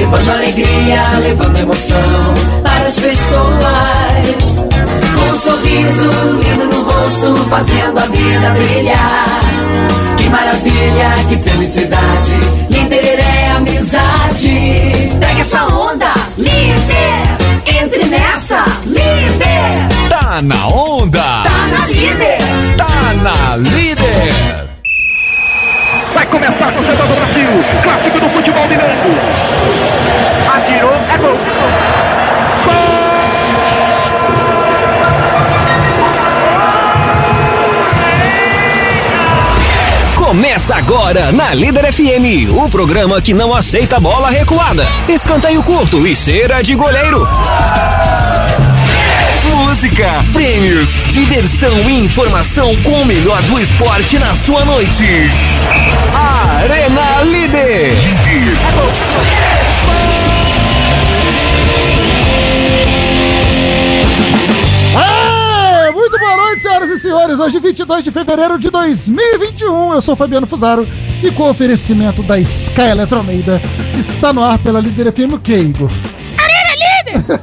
levando alegria, levando emoção para as pessoas. Com um sorriso lindo no rosto, fazendo a vida brilhar. Que maravilha, que felicidade, líder é amizade. Pega essa onda, líder, entre nessa, líder. Tá na onda, Tá na líder. tá na líder. Vai começar, torcedor do Brasil, clássico do futebol mineiro. Atirou, é gol. Começa agora na Líder FM, o programa que não aceita bola recuada, escanteio curto e cera de goleiro. Música, prêmios, diversão e informação com o melhor do esporte na sua noite. Arena Líder. Muito boa noite, senhoras e senhores. Hoje, 22 de fevereiro de 2021. Eu sou Fabiano Fusaro e com o oferecimento da Sky Eletromeida está no ar pela Líder FM o que, Igor? Arena Líder!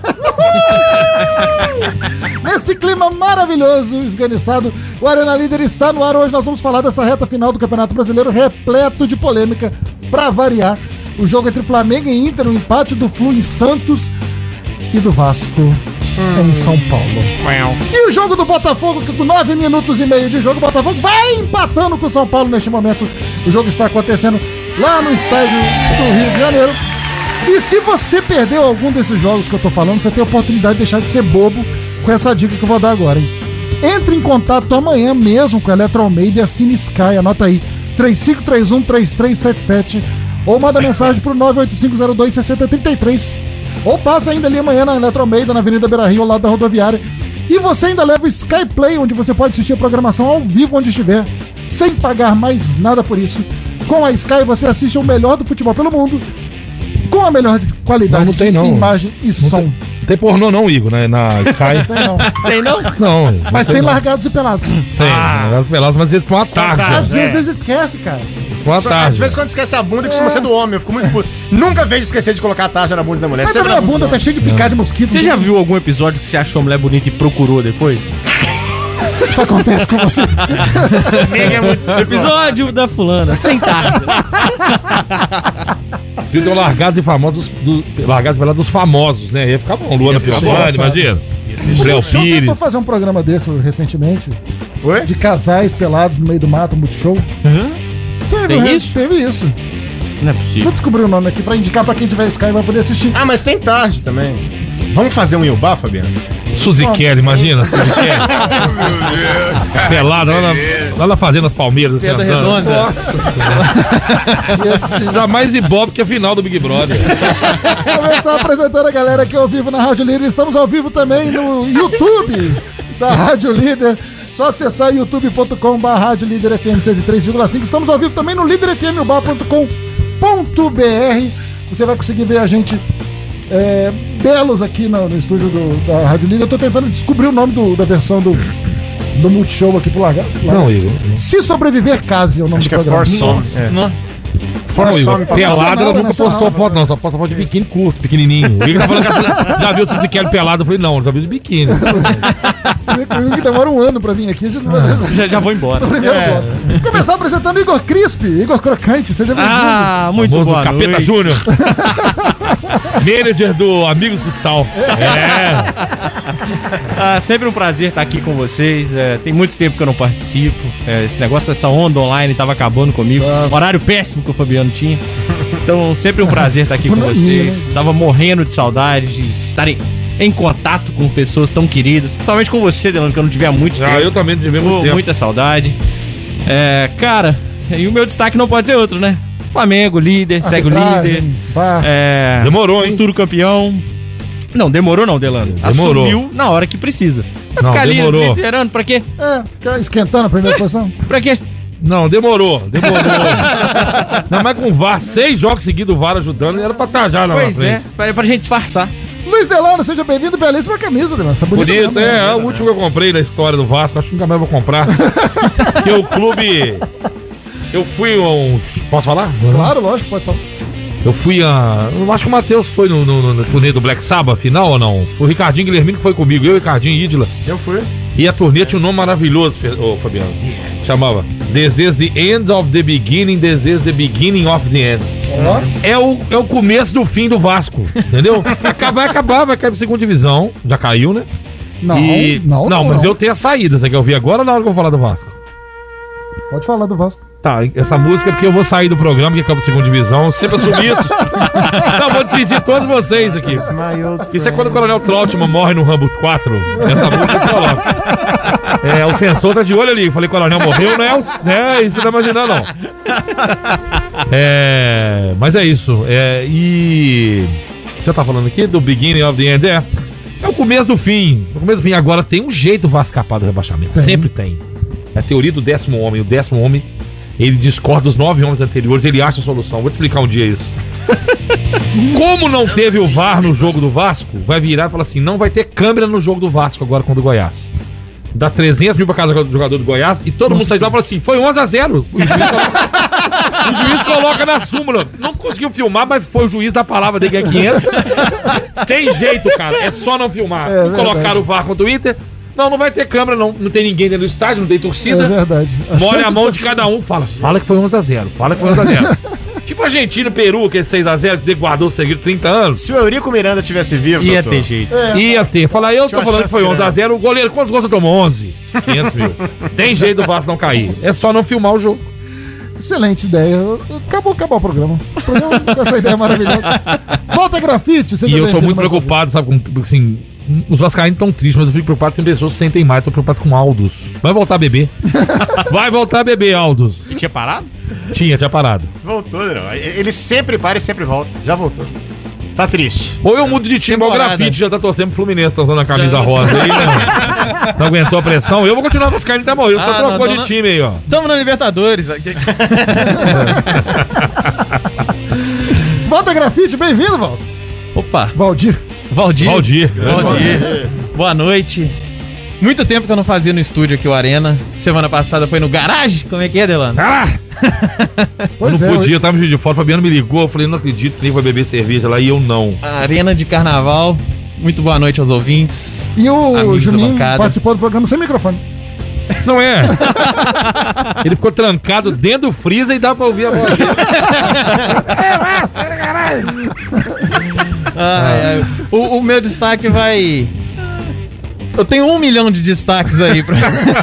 Nesse clima maravilhoso, esganiçado, o Arena Líder está no ar. Hoje nós vamos falar dessa reta final do Campeonato Brasileiro repleto de polêmica, pra variar. O jogo entre Flamengo e Inter, o empate do Flu em Santos e do Vasco em São Paulo. E o jogo do Botafogo, que com 9 minutos e meio de jogo, o Botafogo vai empatando com o São Paulo neste momento. O jogo está acontecendo lá no estádio do Rio de Janeiro. E se você perdeu algum desses jogos que eu tô falando, você tem a oportunidade de deixar de ser bobo com essa dica que eu vou dar agora, hein? Entre em contato amanhã mesmo com a Eletromeida e assine Sky, anota aí, 3531-3377, ou manda mensagem pro 98502-6033, ou passa ainda ali amanhã na Eletromeida, na Avenida Beira-Rio, ao lado da rodoviária, e você ainda leva o Sky Play, onde você pode assistir a programação ao vivo onde estiver, sem pagar mais nada por isso. Com a Sky você assiste o melhor do futebol pelo mundo, com a melhor qualidade não tem, de não. imagem e som. Não tem pornô não, Igor, né? Na Sky. Tem não. Tem não? Não. Mas tem não. largados e pelados. Tem, largados pelados, mas eles põem uma tarja. Às vezes eles esquecem, cara. Põe uma De tarja. vez em quando esquece a bunda, costuma ser do homem. Eu fico muito puto. Nunca vejo esquecer de colocar a tarja na bunda da mulher. Mas Sempre também a na bunda tá cheia de picada de mosquito. Você já viu algum episódio que você achou a mulher bonita e procurou depois? Isso acontece com você. Episódio da fulana, sem tarde. Tem largados e famosos, largados e pelados dos famosos, né? Ia ficar bom. Luana Piovani, imagina. Léo O senhor tentou Pires. fazer um programa desse recentemente, Oi? de casais pelados no meio do mato, um multishow. Tem isso? Teve isso. Não é Vou possível. descobrir o nome aqui pra indicar pra quem tiver Sky vai poder assistir. Ah, mas tem tarde também. Vamos fazer um Iubá, Fabiano? Suzy Kelly, imagina. Suzy Kelly. Pelada lá na Fazenda das Palmeiras. Assim, Pedra andando. Redonda. Nossa Senhora. Já mais ibope que a final do Big Brother. Começar apresentando a galera aqui ao vivo na Rádio Líder. Estamos ao vivo também no YouTube da Rádio Líder. Só acessar youtube.com/Rádio Líder FM 103,5. Estamos ao vivo também no líderfmubar.com.br. Você vai conseguir ver a gente belos aqui no estúdio da Rádio Líder. Eu tô tentando descobrir o nome da versão do Multishow aqui pro Lagar. Não, Igor. Se Sobreviver, Case é o nome Acho do que é programa. Forsome. Não. Não, Igor. Pelada, ela nunca nacional, postou foto, não. Só posta foto de biquíni curto, pequenininho. O Igor tá falando que já viu o Suzy Kelly pelado. Eu falei, não, já viu de biquíni. Comigo que demora um ano pra vir aqui. A gente não vai ver. Já vou embora. Primeiro bloco. Começar apresentando Igor Crispi, Igor Crocante, seja bem-vindo. Ah, muito Famoso boa Capeta noite. Júnior. Manager do Amigos Futsal. Sempre um prazer estar aqui com vocês. Tem muito tempo que eu não participo. Esse negócio dessa onda online tava acabando comigo. Horário péssimo que o Fabiano tinha. Então, sempre um prazer estar aqui com vocês. Tava morrendo de saudade de estarem em contato com pessoas tão queridas. Principalmente com você, Delano, que eu não tive há muito tempo. Eu também não tive muito tempo. Muita saudade. Cara, e o meu destaque não pode ser outro, né? Flamengo, líder, segue o líder. Demorou, hein? Futuro campeão. Não, demorou não, Delano. Demorou. Assumiu na hora que precisa. Vai Não, ficar ali demorou. liderando, pra quê? Fica esquentando a primeira posição. Pra quê? Não, demorou. Não, mas com o VAR, 6 jogos seguidos o VAR ajudando, era pra estar já lá na Pois frente. pra gente disfarçar. Luiz Delano, seja bem-vindo. Belíssima camisa, Delano. Essa bonita Bonito, mesmo, né? é o último que eu comprei na história do Vasco, acho que nunca mais vou comprar. Porque o clube... Eu fui a uns... Posso falar? Claro, lógico, pode falar. Eu fui a... Eu acho que o Matheus foi no turnê do Black Sabbath final ou não? O Ricardinho Guilhermino que foi comigo, eu, Ricardinho e Ídila. Eu fui. E a turnê tinha um nome maravilhoso, Fabiano. Chamava This is the end of the beginning, this is the beginning of the end. É o começo do fim do Vasco, entendeu? Vai acabar, vai cair pra segunda divisão. Já caiu, né? Não, mas eu tenho a saída. Você quer ouvir agora ou na hora que eu vou falar do Vasco? Pode falar do Vasco. Tá, essa música é porque eu vou sair do programa que acaba a segunda divisão. Eu sempre assumi isso. Não, vou despedir todos vocês aqui. Isso é quando o Coronel Trautmann morre no Rambo 4. Essa música eu coloco. O sensor tá de olho ali. Eu falei, Coronel morreu, né? Isso você tá imaginando, não. Mas é isso. E... Já tá falando aqui do beginning of the end, É o começo do fim. O começo do fim. Agora tem um jeito Vasco escapar do rebaixamento. Sempre tem. É a teoria do 10º homem. O 10º homem, ele discorda dos 9 homens anteriores, ele acha a solução. Vou te explicar um dia isso. Como não teve o VAR no jogo do Vasco, vai virar e falar assim, não vai ter câmera no jogo do Vasco agora contra o Goiás. Dá 300 mil pra cada jogador do Goiás e todo mundo sai de lá e fala assim, foi 11-0. O juiz coloca na súmula. Não conseguiu filmar, mas foi o juiz da palavra dele que é 500. Tem jeito, cara. É só não filmar. Colocaram o VAR contra o Inter. Não vai ter câmera, não tem ninguém dentro do estádio, não tem torcida. É verdade. Molha a mão de cada um, fala que foi 11-0, fala que foi 11-0. Tipo Argentina, Peru, que é 6-0, que guardou o segredo 30 anos. Se o Eurico Miranda tivesse vivo, ia ter jeito. Ia ter. Fala, eu tô falando que foi 11-0, o goleiro, quantos gols você tomou? 11. 500 mil. Tem jeito do Vasco não cair. É só não filmar o jogo. Excelente ideia. Acabou o programa. O programa com essa ideia maravilhosa. Volta Grafite. E eu tô muito preocupado, sabe, com assim... Os vascaínos estão tristes, mas eu fico preocupado. Tem pessoas que sentem mais. Tô preocupado com Aldous. Vai voltar a beber. Vai voltar a beber, Aldous. E tinha parado? Tinha parado. Voltou, não. Ele sempre para e sempre volta. Já voltou. Tá triste. Ou eu mudo de time, igual o Grafite já tá torcendo pro Fluminense, tá usando a camisa rosa aí, não aguentou a pressão. Eu vou continuar vascaíno até morrer. Só trocou de time aí, ó. Tamo na Libertadores. Volta Grafite, bem-vindo, Valdir. Opa. Valdir. Boa noite. Muito tempo que eu não fazia no estúdio aqui o Arena. Semana passada foi no Garage. Como é que é, Delano? Pois não podia, eu tava de fora. O Fabiano me ligou. Eu falei, não acredito que ele vai beber cerveja lá e eu não. Arena de Carnaval. Muito boa noite aos ouvintes. E o Juninho participou do programa sem microfone. Não é? Ele ficou trancado dentro do freezer e dá pra ouvir a voz dele. Vasco, caralho! O meu destaque vai... Eu tenho 1 milhão de destaques aí pra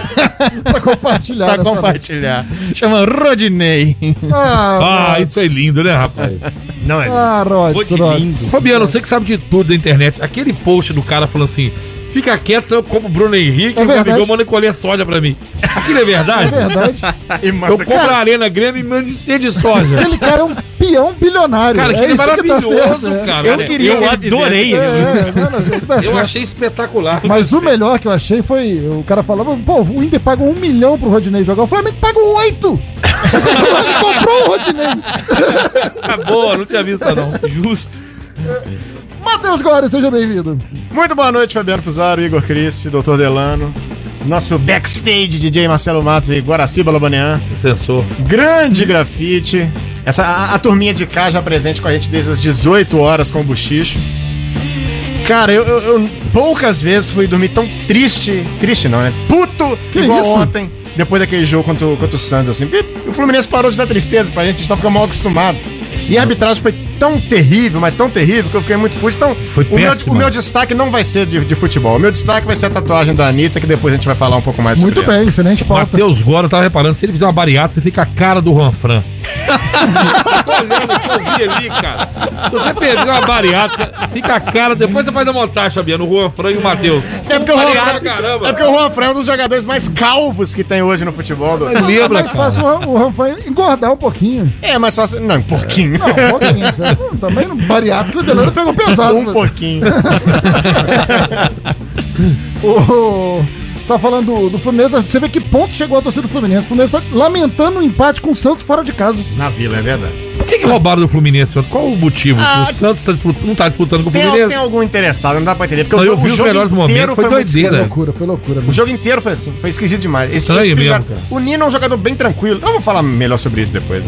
compartilhar. Chama Rodinei. Isso é lindo, né, rapaz? Não é? Lindo. Fabiano, você que sabe de tudo da internet. Aquele post do cara falando assim... Fica quieto, senão eu como o Bruno Henrique e o Gabigol manda colher soja pra mim. Aquilo é verdade? É verdade. Eu compro a Arena Grêmio e mando cheio de soja. Aquele cara é um peão bilionário. Cara, que maravilhoso, cara. Eu adorei. Eu achei espetacular. Mas o melhor que eu achei foi... O cara falava, pô, o Inter pagou 1 milhão pro Rodinei jogar. O Flamengo pagou 8. Ele comprou o Rodinei. Boa, não tinha visto não. Justo. Matheus Góes, seja bem-vindo. Muito boa noite, Fabiano Fusaro, Igor Crispi, Dr. Delano. Nosso backstage, DJ Marcelo Matos e Guaraciba Labanean. Sensor. Grande Grafite. A turminha de cá já presente com a gente desde as 18 horas com o Buchicho. Cara, eu poucas vezes fui dormir tão triste. Triste não, né? Puto! Que igual isso? ontem, depois daquele jogo contra o Santos, assim. Porque o Fluminense parou de dar tristeza pra gente tá ficando mal acostumado. E a arbitragem foi tão terrível, mas tão terrível, que eu fiquei muito puto. Então, o meu destaque não vai ser de futebol. O meu destaque vai ser a tatuagem da Anitta, que depois a gente vai falar um pouco mais sobre Muito bem, excelente pauta. Matheus Góes, eu tava reparando, se ele fizer uma bariátrica, você fica a cara do Ranfran. Tô olhando o que eu vi ali, cara. Se você perder uma bariátrica, fica a cara, depois você faz a montagem, Fabiano, o Ranfran e o Matheus. É porque o Ranfran é um dos jogadores mais calvos que tem hoje no futebol. Mas lembra, é mais fácil o Ranfran engordar um pouquinho. É mais fácil... Não, um pouquinho. Não, um pouquinho. Certo? Também no bariátrico o Delano pegou pesado. Um pouquinho. Tá falando do Fluminense, você vê que ponto chegou a torcida do Fluminense. O Fluminense tá lamentando o empate com o Santos fora de casa. Na Vila, é verdade. Por que roubaram do Fluminense? Qual o motivo? O Santos não tá disputando com o Fluminense? Tem algum interessado, não dá pra entender. Porque eu vi os melhores momentos, foi doideira. Foi loucura. O jogo inteiro foi assim, foi esquisito demais. Estranho mesmo, cara. O Nino é um jogador bem tranquilo. Vamos falar melhor sobre isso depois. Né?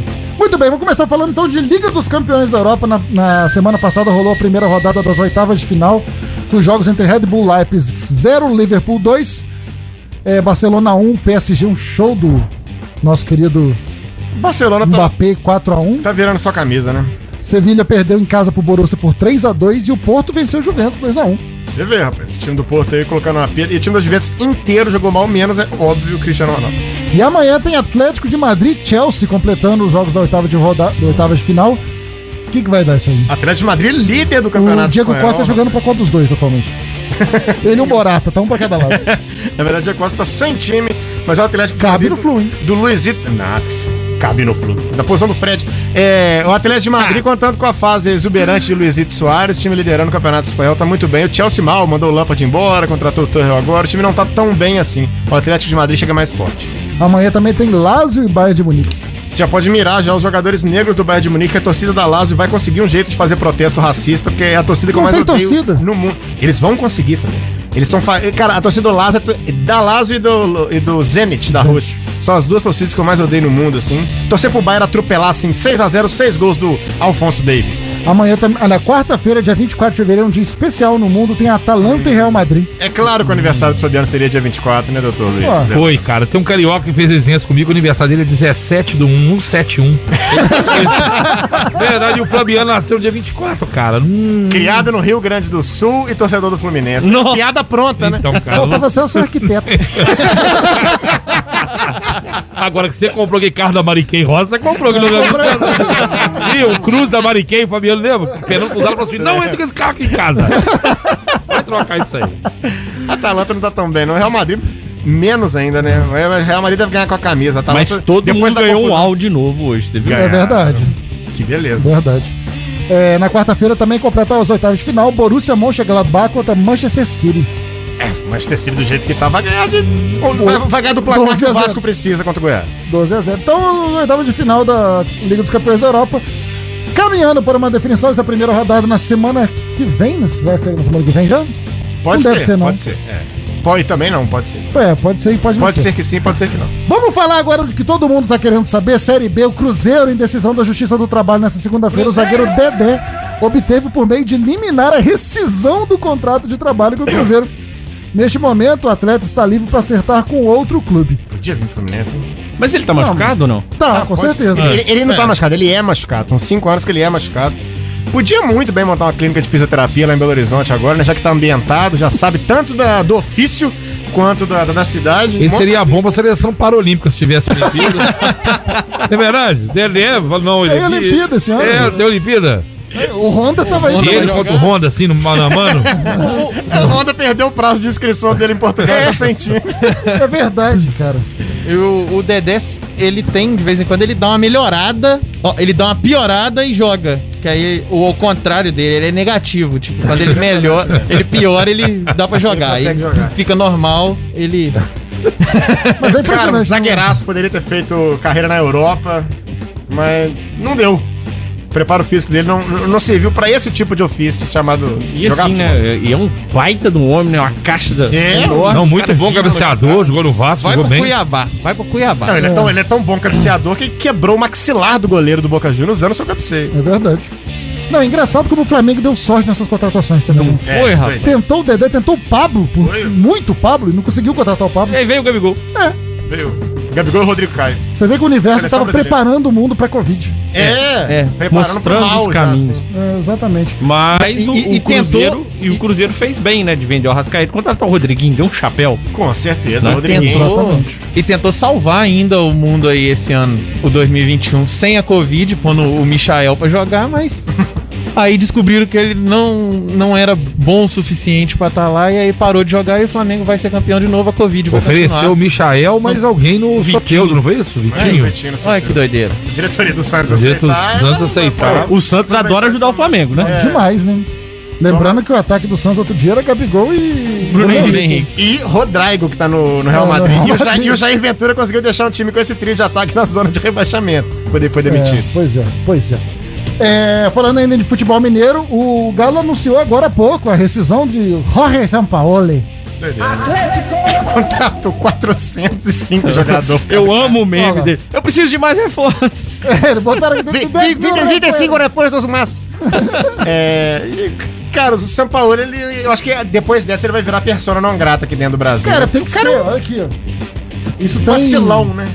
Muito bem, vamos começar falando então de Liga dos Campeões da Europa. Na semana passada rolou a primeira rodada das oitavas de final, com jogos entre Red Bull Leipzig 0, Liverpool 2, Barcelona 1, PSG, um show do nosso querido Barcelona Mbappé 4-1. Tá virando só camisa, né? Sevilha perdeu em casa pro Borussia por 3-2 e o Porto venceu o Juventus 2-1. Você vê, rapaz, esse time do Porto aí colocando uma pedra. E o time da Juventus inteiro jogou mal, menos, é óbvio, o Cristiano Ronaldo. E amanhã tem Atlético de Madrid e Chelsea completando os jogos da oitava de final. O que vai dar isso aí? Atlético de Madrid, líder do campeonato. O Diego espanhol. Costa jogando pra qual dos dois atualmente? Ele e o Morata, tá um pra cada lado. Na verdade, o Diego Costa tá sem time, mas é o Atlético Cabe no Flu, hein? do Luizito. Nada, cabe no Flu. Na posição do Fred. O Atlético de Madrid, contando com a fase exuberante de Luizito Soares, o time liderando o campeonato espanhol, tá muito bem. O Chelsea mal, mandou o Lampard embora, contratou o Tuchel agora. O time não tá tão bem assim. O Atlético de Madrid chega mais forte. Amanhã também tem Lazio e Bayern de Munique. Você já pode mirar já os jogadores negros do Bayern de Munique, que a torcida da Lazio vai conseguir um jeito de fazer protesto racista, porque é a torcida que eu Não mais tem odeio torcida. no mundo. Eles vão conseguir, Fabio. Eles são... Cara, a torcida do Lazio, da Lazio e do Zenit da Rússia. São as duas torcidas que eu mais odeio no mundo, assim. Torcer pro Bayern atropelar, assim, 6-0, 6 gols do Alphonso Davies. Amanhã, na quarta-feira, dia 24 de fevereiro, um dia especial no mundo, tem Atalanta e Real Madrid. É claro que o aniversário do Fabiano seria dia 24, né, doutor Luiz? Ué. Foi, cara. Tem um carioca que fez resenhas comigo, o aniversário dele é 17 do 1, 171. Verdade, o Fabiano nasceu no dia 24, cara. Criado no Rio Grande do Sul e torcedor do Fluminense. Nossa. Piada pronta, né? Então, cara. Pô, pra você, eu sou arquiteto. Agora que você comprou aquele carro da Mariquei Rosa, você comprou. E o Cruz da Mariquei, o Fabiano lembra? Fernando Fusaro falou assim: não entra com esse carro aqui em casa. Vai trocar isso aí. A Atalanta não tá tão bem, não. O Real Madrid, menos ainda, né? O Real Madrid deve ganhar com a camisa. A Mas Atalanta, todo depois mundo da ganhou um confusão- áudio novo hoje, você viu? Ganha. É verdade. Que beleza. Verdade. Na quarta-feira também completar os oitavos de final, Borussia Mönchengladbach contra Manchester City. O Manchester City do jeito que tá vai ganhar vai ganhar do placar 12 que a o 0. Vasco precisa contra o Goiás. 12-0. Então, os oitavos de final da Liga dos Campeões da Europa. Caminhando para uma definição dessa primeira rodada na semana que vem. Vai ter na semana que vem já? Pode Não ser, deve ser, não. pode ser. Pode também não, pode ser. Pode ser e pode não Pode ser que sim, pode ser que não. Vamos falar agora do que todo mundo tá querendo saber. Série B, o Cruzeiro em decisão da Justiça do Trabalho nessa segunda-feira. O zagueiro Dedé obteve por meio de liminar a rescisão do contrato de trabalho com o Cruzeiro. Neste momento, o atleta está livre para acertar com outro clube. Podia vir pro Fluminense. Mas ele tá machucado ou não? Tá, com Pode- certeza. Ele não tá machucado, ele é machucado. São 5 anos que ele é machucado. Podia muito bem montar uma clínica de fisioterapia lá em Belo Horizonte agora, né? Já que tá ambientado, já sabe tanto do ofício quanto da cidade. Ele seria bom pra seleção paralímpica se tivesse Olimpíada. É verdade? Dedé, não, ele. Tem Olimpíada esse ano. Tem Olimpíada. O Honda tava aí. E ele contra o Honda, assim, no mano a mano. A Honda perdeu o prazo de inscrição dele em Portugal, tá sem time. É verdade, cara. O Dedé, ele tem, de vez em quando, ele dá uma melhorada, ele dá uma piorada e joga. Que aí, ao contrário dele, ele é negativo. Tipo, quando ele melhora, ele piora, ele dá pra jogar. Ele Aí consegue jogar. fica normal, ele... Mas é Cara, um impressionante. zagueiraço, poderia ter feito carreira na Europa, mas não deu. O preparo físico dele não serviu pra esse tipo de ofício chamado E assim, né? E é um baita de um homem, né? Uma caixa da. enorme. Não, muito Cara, bom viva, cabeceador, jogou no Vasco, Vai jogou pro bem. Cuiabá, vai pro Cuiabá. Não, ele é tão bom cabeceador que ele quebrou o maxilar do goleiro do Boca Juniors usando seu cabeceio. É verdade. Não, é engraçado como o Flamengo deu sorte nessas contratações também. Foi, rapaz. Tentou o Dedé, tentou o Pablo, muito Pablo, e não conseguiu contratar o Pablo. E aí veio o Gabigol. Veio. Gabigol e Rodrigo Caio. Você vê que o universo Seleção estava brasileira. preparando o mundo pra Covid. Preparando mostrando pro mal os já, caminhos. assim. Exatamente. Mas E o Cruzeiro, tentou- o Cruzeiro fez bem, né? De vender o Arrascaeta, contratar o Rodriguinho, deu um chapéu. Com certeza, Né? Rodriguinho. Exatamente. E tentou salvar ainda o mundo aí esse ano, o 2021, sem a Covid, pondo o Michael pra jogar, mas aí descobriram que ele não era bom o suficiente pra estar lá e aí parou de jogar e o Flamengo vai ser campeão de novo, a Covid vai Ofereceu continuar. o Michael, mas alguém no Soteudo, não foi isso? Vitinho? Vitinho, Olha que doideira. Diretoria do Santos Direito dos aceitar, Santos aceitar. O Santos adora ajudar o Flamengo, né? Demais, né? Lembrando que o ataque do Santos outro dia era Gabigol e Bruno Henrique. E Rodrigo, que tá no Real No Madrid. Real E o Madrid. Jair Ventura conseguiu deixar um time com esse trio de ataque na zona de rebaixamento. Quando ele foi demitido. Pois é. Falando ainda de futebol mineiro, o Galo anunciou agora há pouco a rescisão de Jorge Sampaoli. Contratou 405 jogadores. Eu amo o meme dele. Eu preciso de mais reforços. Eles botaram aqui dentro de 25 reforços, mas... Cara, o Sampaoli, eu acho que depois dessa ele vai virar persona não grata aqui dentro do Brasil. Cara, tem que ser, olha aqui, ó. Isso tá vacilão, né?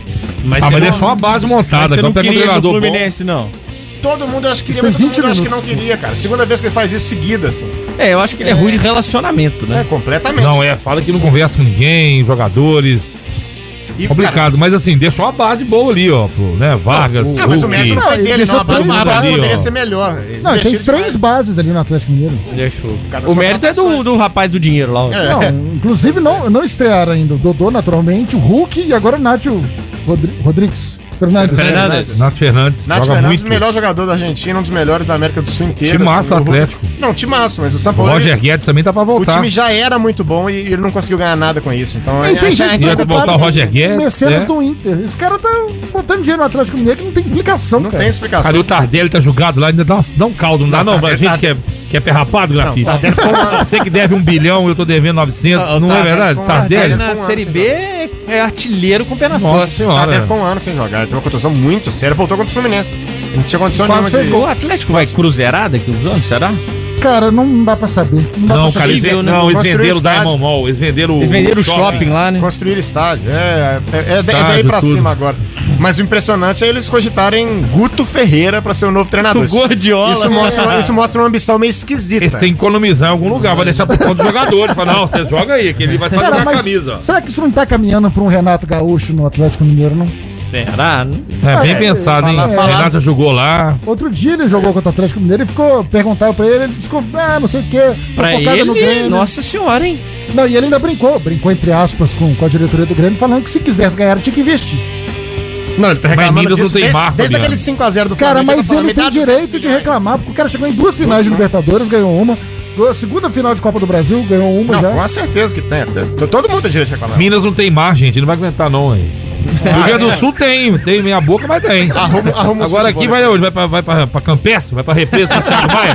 Mas é só uma base montada. Você não pega um queria no treinador Fluminense, não? Todo mundo acho que Isso queria, tem mas todo 20 mundo acho que minutos. não queria, cara. Segunda vez que ele faz isso seguida, assim. Eu acho que ele é ruim de relacionamento, né? Completamente. Não, fala que não conversa com ninguém, jogadores. E, Complicado, mas assim, deixou a base boa ali, ó, né? Vargas, mas o mérito não foi dele, deixou não. A base ali, poderia ó. ser melhor. Eles Não, tem investiram 3 demais. bases ali no Atlético Mineiro. Deixou. Cada O mérito é do rapaz do dinheiro lá. Não, inclusive não estrearam ainda. O Dodô, naturalmente, o Hulk e agora o Nátio Rodrigues. Fernandes. Nath Fernandes, Nath joga Fernandes, muito. o melhor jogador da Argentina, um dos melhores da América do Sul inteira. Timaço assim, do Atlético. Não, timaço, mas o O Sampaoli... Roger Guedes também tá pra O voltar. time já era muito bom e ele não conseguiu ganhar nada com isso. Então, E tem gente ia voltar o Roger Guedes, mecenas né? do Inter. Esse cara tá botando dinheiro no Atlético Mineiro que não tem explicação, não cara. tem explicação. Cara, e o Tardelli tá julgado lá, ainda dá um caldo, não dá não? Pra Tardelli- gente que é pé rapado, Grafite. Tardelli ficou um ano. Você que deve 1 bilhão, eu tô devendo 900, Ah, o não é Tardelli verdade? ficou um Tardelli? Na com Série anos, B é artilheiro com o pé nas Nossa costas. Tardelli senhora. ficou um ano sem jogar. Ele teve uma contusão muito séria. Voltou contra o Fluminense. Não tinha condição Quase nenhuma fez de... gol. O Atlético vai cruzeirar daqui uns anos, será? Cara, não dá pra saber. Não dá Não, pra cara, saber. eles, né? não, eles Construir venderam o estádio. Diamond Mall, eles venderam Eles venderam o shopping lá, né? Construir estádio. É Estádio, daí pra tudo. cima agora. Mas o impressionante é eles cogitarem Guto Ferreira pra ser o novo treinador. O Guardiola. Isso mostra uma ambição meio esquisita. Eles têm que economizar em algum lugar, vai deixar por conta dos jogadores. Fala, não, você joga aí, que ele vai só Cara, jogar a mas camisa. será que isso não tá caminhando pra um Renato Gaúcho no Atlético Mineiro, não? Será? É bem É, pensado, hein? falaram- Renata jogou lá. Outro dia ele jogou contra o Atlético Mineiro e perguntaram pra ele ficou, não sei o que, Pra no ele, Grêmio. nossa senhora, hein? Não, e ele ainda brincou entre aspas, com a diretoria do Grêmio, falando que se quisesse ganhar tinha que investir. Não, ele tá Mas reclamando Minas não disso tem desde, marca, desde Adriano. aquele 5x0 do Cara, Flamengo. mas tá falando, ele me tem dá 200 direito de milhões. reclamar, porque o cara chegou em 2 finais de Libertadores, ganhou uma, a segunda final de Copa do Brasil, ganhou uma Não, já. com certeza que tem. Todo mundo tem direito de reclamar. Minas não tem mar, gente, ele não vai aguentar não, hein? Rio Grande do Sul tem meia boca, mas tem. Arruma Agora aqui vai onde? Vai pra Campestre? Vai pra represa do Thiago Maia?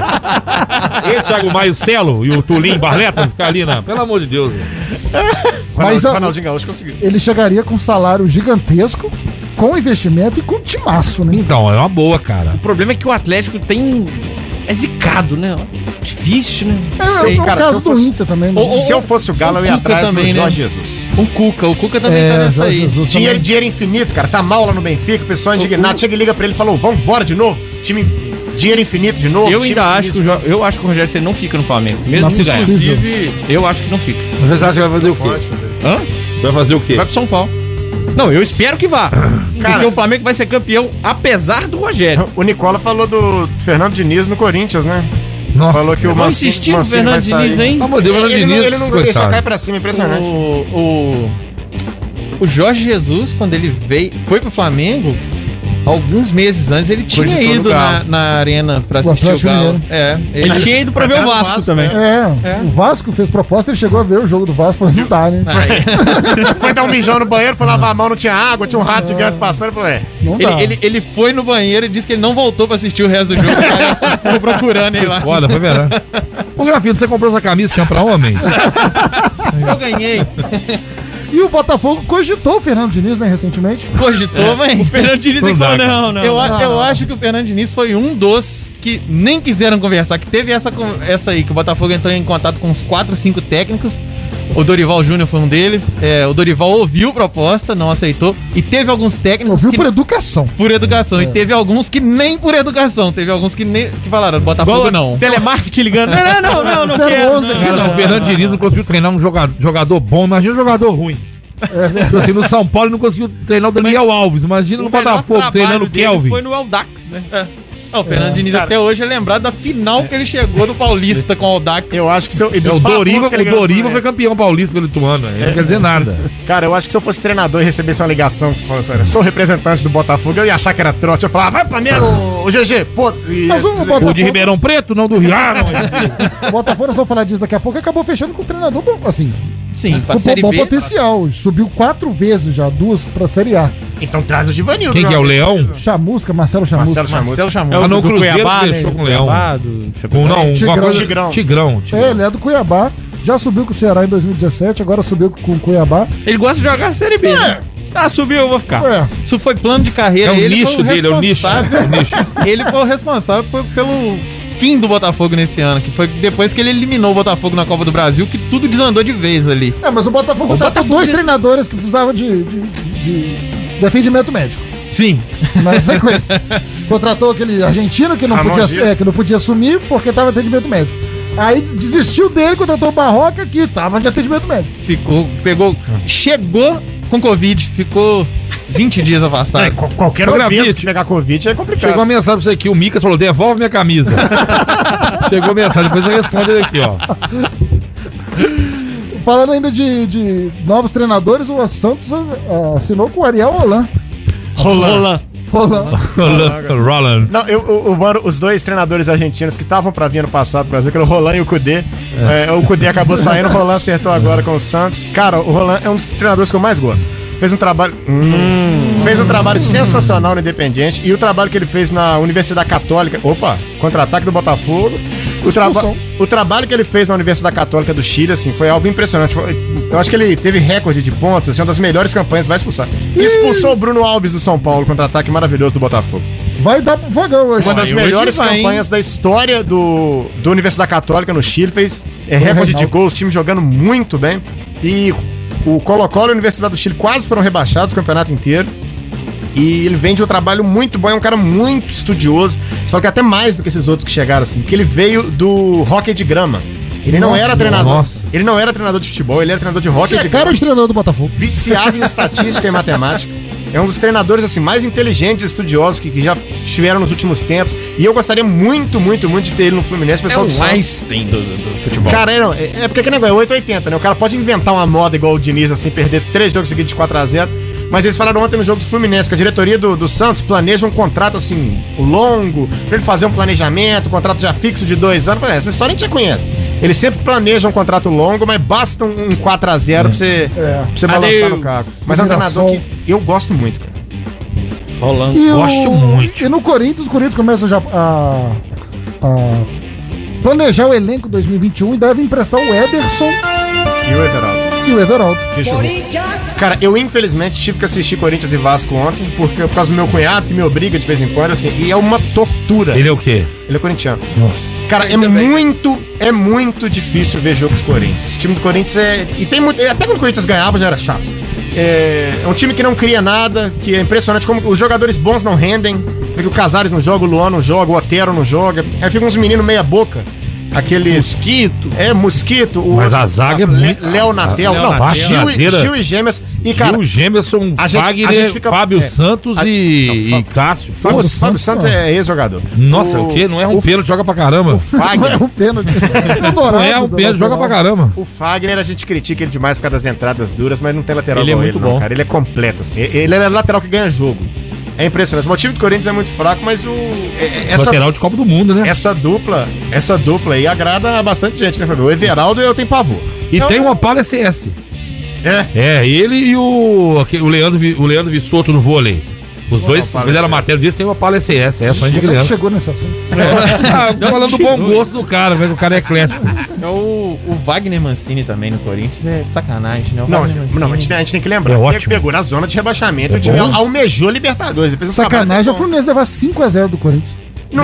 Ele, Thiago Maia, o Celo e o Tulim Barleta vão ficar ali, pelo amor de Deus. Mas a- Ronaldinho Gaúcho conseguiu. Ele chegaria com um salário gigantesco, com investimento e com timaço, né? Então, é uma boa, cara. O problema é que o Atlético tem... É zicado, né? Difícil, né? É o cara, caso se eu do fosse- Inter também, né? Se eu fosse o Galo, eu ia O Cuca atrás também, do né? Jorge Jesus. O Cuca também tá nessa Jorge aí. Jesus também. Dinheiro infinito, cara. Tá mal lá no Benfica, o pessoal indignado. Chega e liga pra ele e falou, vamos embora de novo. Dinheiro infinito de novo. Eu time ainda acho que sinistro. eu acho que o Rogério Ceni não fica no Flamengo, mesmo Não se é ganhar. possível. Inclusive, Eu acho que não fica. Você acha que vai fazer o quê? Pode fazer. Hã? Vai fazer o quê? Vai pro São Paulo. Não, eu espero que vá. Cara, Porque o Flamengo vai ser campeão, apesar do Rogério. O Nicola falou do Fernando Diniz no Corinthians, né? Nossa. Falou que o Vamos Mancini insistir no vai Fernando sair. Diniz, hein? Pelo amor de Deus, Ele Diniz, ele só coitado. cai pra cima, impressionante. o Jorge Jesus, quando ele foi pro Flamengo, alguns meses antes, ele tinha Cogitou no ido Galo. na arena pra O assistir o Atlético Galo. Mineiro. É, Ele tinha ido pra ver o Vasco também. O Vasco fez proposta, ele chegou a ver o jogo do Vasco, falou, não dá, né? Foi dar um mijão no banheiro, foi lavar a mão, não tinha água, tinha um rato gigante passando. Falou, Não dá. Ele foi no banheiro e disse que ele não voltou pra assistir o resto do jogo. Aí ficou procurando ele lá. Olha, foi verdade. Ô, Grafito, você comprou essa camisa, tinha pra homem? Eu ganhei. E o Botafogo cogitou o Fernando Diniz, né, recentemente. Cogitou, mas... O Fernando Diniz Não que dá, falou, cara. não, não. Eu acho que o Fernando Diniz foi um dos que nem quiseram conversar, que teve essa aí, que o Botafogo entrou em contato com uns 4, 5 técnicos. O Dorival Júnior foi um deles. O Dorival ouviu proposta, não aceitou. E teve alguns técnicos Ouviu que... por educação. por educação. E teve alguns que nem por educação. Teve alguns que falaram, Botafogo não. Telemarketing ligando. Não Isso é quero. louco, aqui, Cara, não. o Fernando Diniz não conseguiu treinar um jogador bom, imagina um jogador ruim. Tipo assim, no São Paulo ele não conseguiu treinar o Daniel Alves, imagina no Botafogo treinando o Kelvin. Foi no Eldax, né? O Fernando Diniz até hoje é lembrado da final que ele chegou do Paulista com o Audax. eu acho que se eu... e É, dos o Fla-Flus que ele ganhou, Doriva foi campeão paulista pelo Ituano, aí não quer dizer nada. Cara, eu acho que se eu fosse treinador e recebesse uma ligação que fosse, olha, sou representante do Botafogo, eu ia achar que era trote. Eu falava, vai pra mim, o GG, pô. Mas o O de Botafogo, Ribeirão Preto, não do Rio. Ah, não. o Botafogo, nós vamos falar disso daqui a pouco, acabou fechando com o treinador bom, assim, Sim, pra com Série bom B. potencial. Subiu 4 vezes já, 2 pra Série A. Então traz o Givanildo. Quem que é o Leão? Chamusca, Marcelo Chamusca. Marcelo Chamusca. Marcelo chamou. Ah, não, o do Cruzeiro Cuiabá, deixou né? com o Leão. Cuiabá, do Com, não, Tigrão. uma coisa... Tigrão. Tigrão. É, ele é do Cuiabá. Já subiu com o Ceará em 2017, agora subiu com o Cuiabá. Ele gosta de jogar a Série B. Né? Ah, subiu, eu vou ficar. Isso foi plano de carreira. É o ele nicho foi dele, é o nicho. Ele foi o responsável pelo fim do Botafogo nesse ano, que foi depois que ele eliminou o Botafogo na Copa do Brasil, que tudo desandou de vez ali. Mas o Botafogo tá com dois treinadores que precisavam de atendimento médico. Sim. Na sequência. Contratou aquele argentino que não podia assumir porque tava em atendimento médico. Aí desistiu dele, contratou o Barroca que tava de atendimento médico. Chegou com Covid, ficou 20 dias afastado. Qualquer obeso que pegar Covid é complicado. Chegou uma mensagem pra você aqui, o Micas falou, devolve minha camisa. Chegou a mensagem, depois você responde ele aqui, ó. Falando ainda de novos treinadores, o Santos assinou com o Ariel Roland. Roland. Não, mano, os dois treinadores argentinos que estavam pra vir ano passado, por exemplo, o Roland e o Cudê. O Cudê acabou saindo, o Roland acertou agora com o Santos. Cara, o Roland é um dos treinadores que eu mais gosto. Fez um trabalho sensacional no Independiente. E o trabalho que ele fez na Universidade Católica. Opa, contra-ataque do Botafogo. O trabalho que ele fez na Universidade Católica do Chile, assim, foi algo impressionante. Eu acho que ele teve recorde de pontos, assim, uma das melhores campanhas, vai expulsar. Expulsou o Bruno Alves do São Paulo, contra-ataque maravilhoso do Botafogo. Vai dar pro fogão hoje. Uma das melhores campanhas da história do Universidade Católica no Chile. Fez recorde de gols, time jogando muito bem. E o Colo-Colo e a Universidade do Chile quase foram rebaixados o campeonato inteiro. E ele vem de um trabalho muito bom, é um cara muito estudioso, só que até mais do que esses outros que chegaram, assim, porque ele veio do hóquei de grama. Ele não era treinador. Ele não era treinador de futebol, ele era treinador de hóquei de grama. Cara de treinador do Botafogo. Viciado em estatística e matemática. É um dos treinadores assim mais inteligentes e estudiosos que já estiveram nos últimos tempos. E eu gostaria muito, muito, muito de ter ele no Fluminense. É o Einstein do futebol. Cara, é porque aquele negócio é 880, né? O cara pode inventar uma moda igual o Diniz, assim, perder 3 jogos seguidos de 4-0. Mas eles falaram ontem no jogo do Fluminense que a diretoria do Santos planeja um contrato assim, longo, pra ele fazer um planejamento, um contrato já fixo de 2 anos. Essa história a gente já conhece. Eles sempre planejam um contrato longo, mas basta um 4-0 pra você balançar no cargo. Mas é um treinador que eu gosto muito, cara. Gosto muito. E no Corinthians, o Corinthians começa já a planejar o elenco 2021 e deve emprestar o Ederson e o Everaldo. Cara, eu infelizmente tive que assistir Corinthians e Vasco ontem, por causa do meu cunhado, que me obriga de vez em quando, assim, e é uma tortura. Ele é o quê? Ele é corintiano. Nossa. Cara, é muito difícil ver jogo do Corinthians. O time do Corinthians e tem muito. Até quando o Corinthians ganhava já era chato. É um time que não cria nada, que é impressionante como os jogadores bons não rendem. Porque o Casares não joga, o Luan não joga, o Otero não joga. Aí ficam uns meninos meia boca. Aqueles... Mosquito. Mas a zaga é muito... Léo Natel. Gil e Gêmeos. E, cara... Gil, Gemerson, Wagner, Fábio Santos e Cássio. Fábio Santos é ex-jogador. Nossa, o quê? Não é um pênalti, joga pra caramba. O Fagner... Não é um pênalti. Não é um pênalti, joga pra caramba. O Fagner, a gente critica ele demais por causa das entradas duras, mas não tem lateral ele igual é muito bom. Não, cara. Ele é completo, assim. Ele é lateral que ganha jogo. É impressionante. O time do Corinthians é muito fraco, mas lateral de Copa do Mundo, né? Essa dupla aí agrada bastante gente, né? O Everaldo eu tenho pavor. E tem uma Opala SS. Ele e o Leandro Vissoto no vôlei. Os dois fizeram a matéria disso, tem uma Opala SS. Só de criança. Chegou nesse assunto. Falando do bom gosto do cara, mas o cara é eclético. O Wagner Mancini também no Corinthians é sacanagem, né? A gente tem que lembrar. Pegou na zona de rebaixamento, o time almejou Libertadores. Sacanagem, o Fluminense levar 5-0 do Corinthians.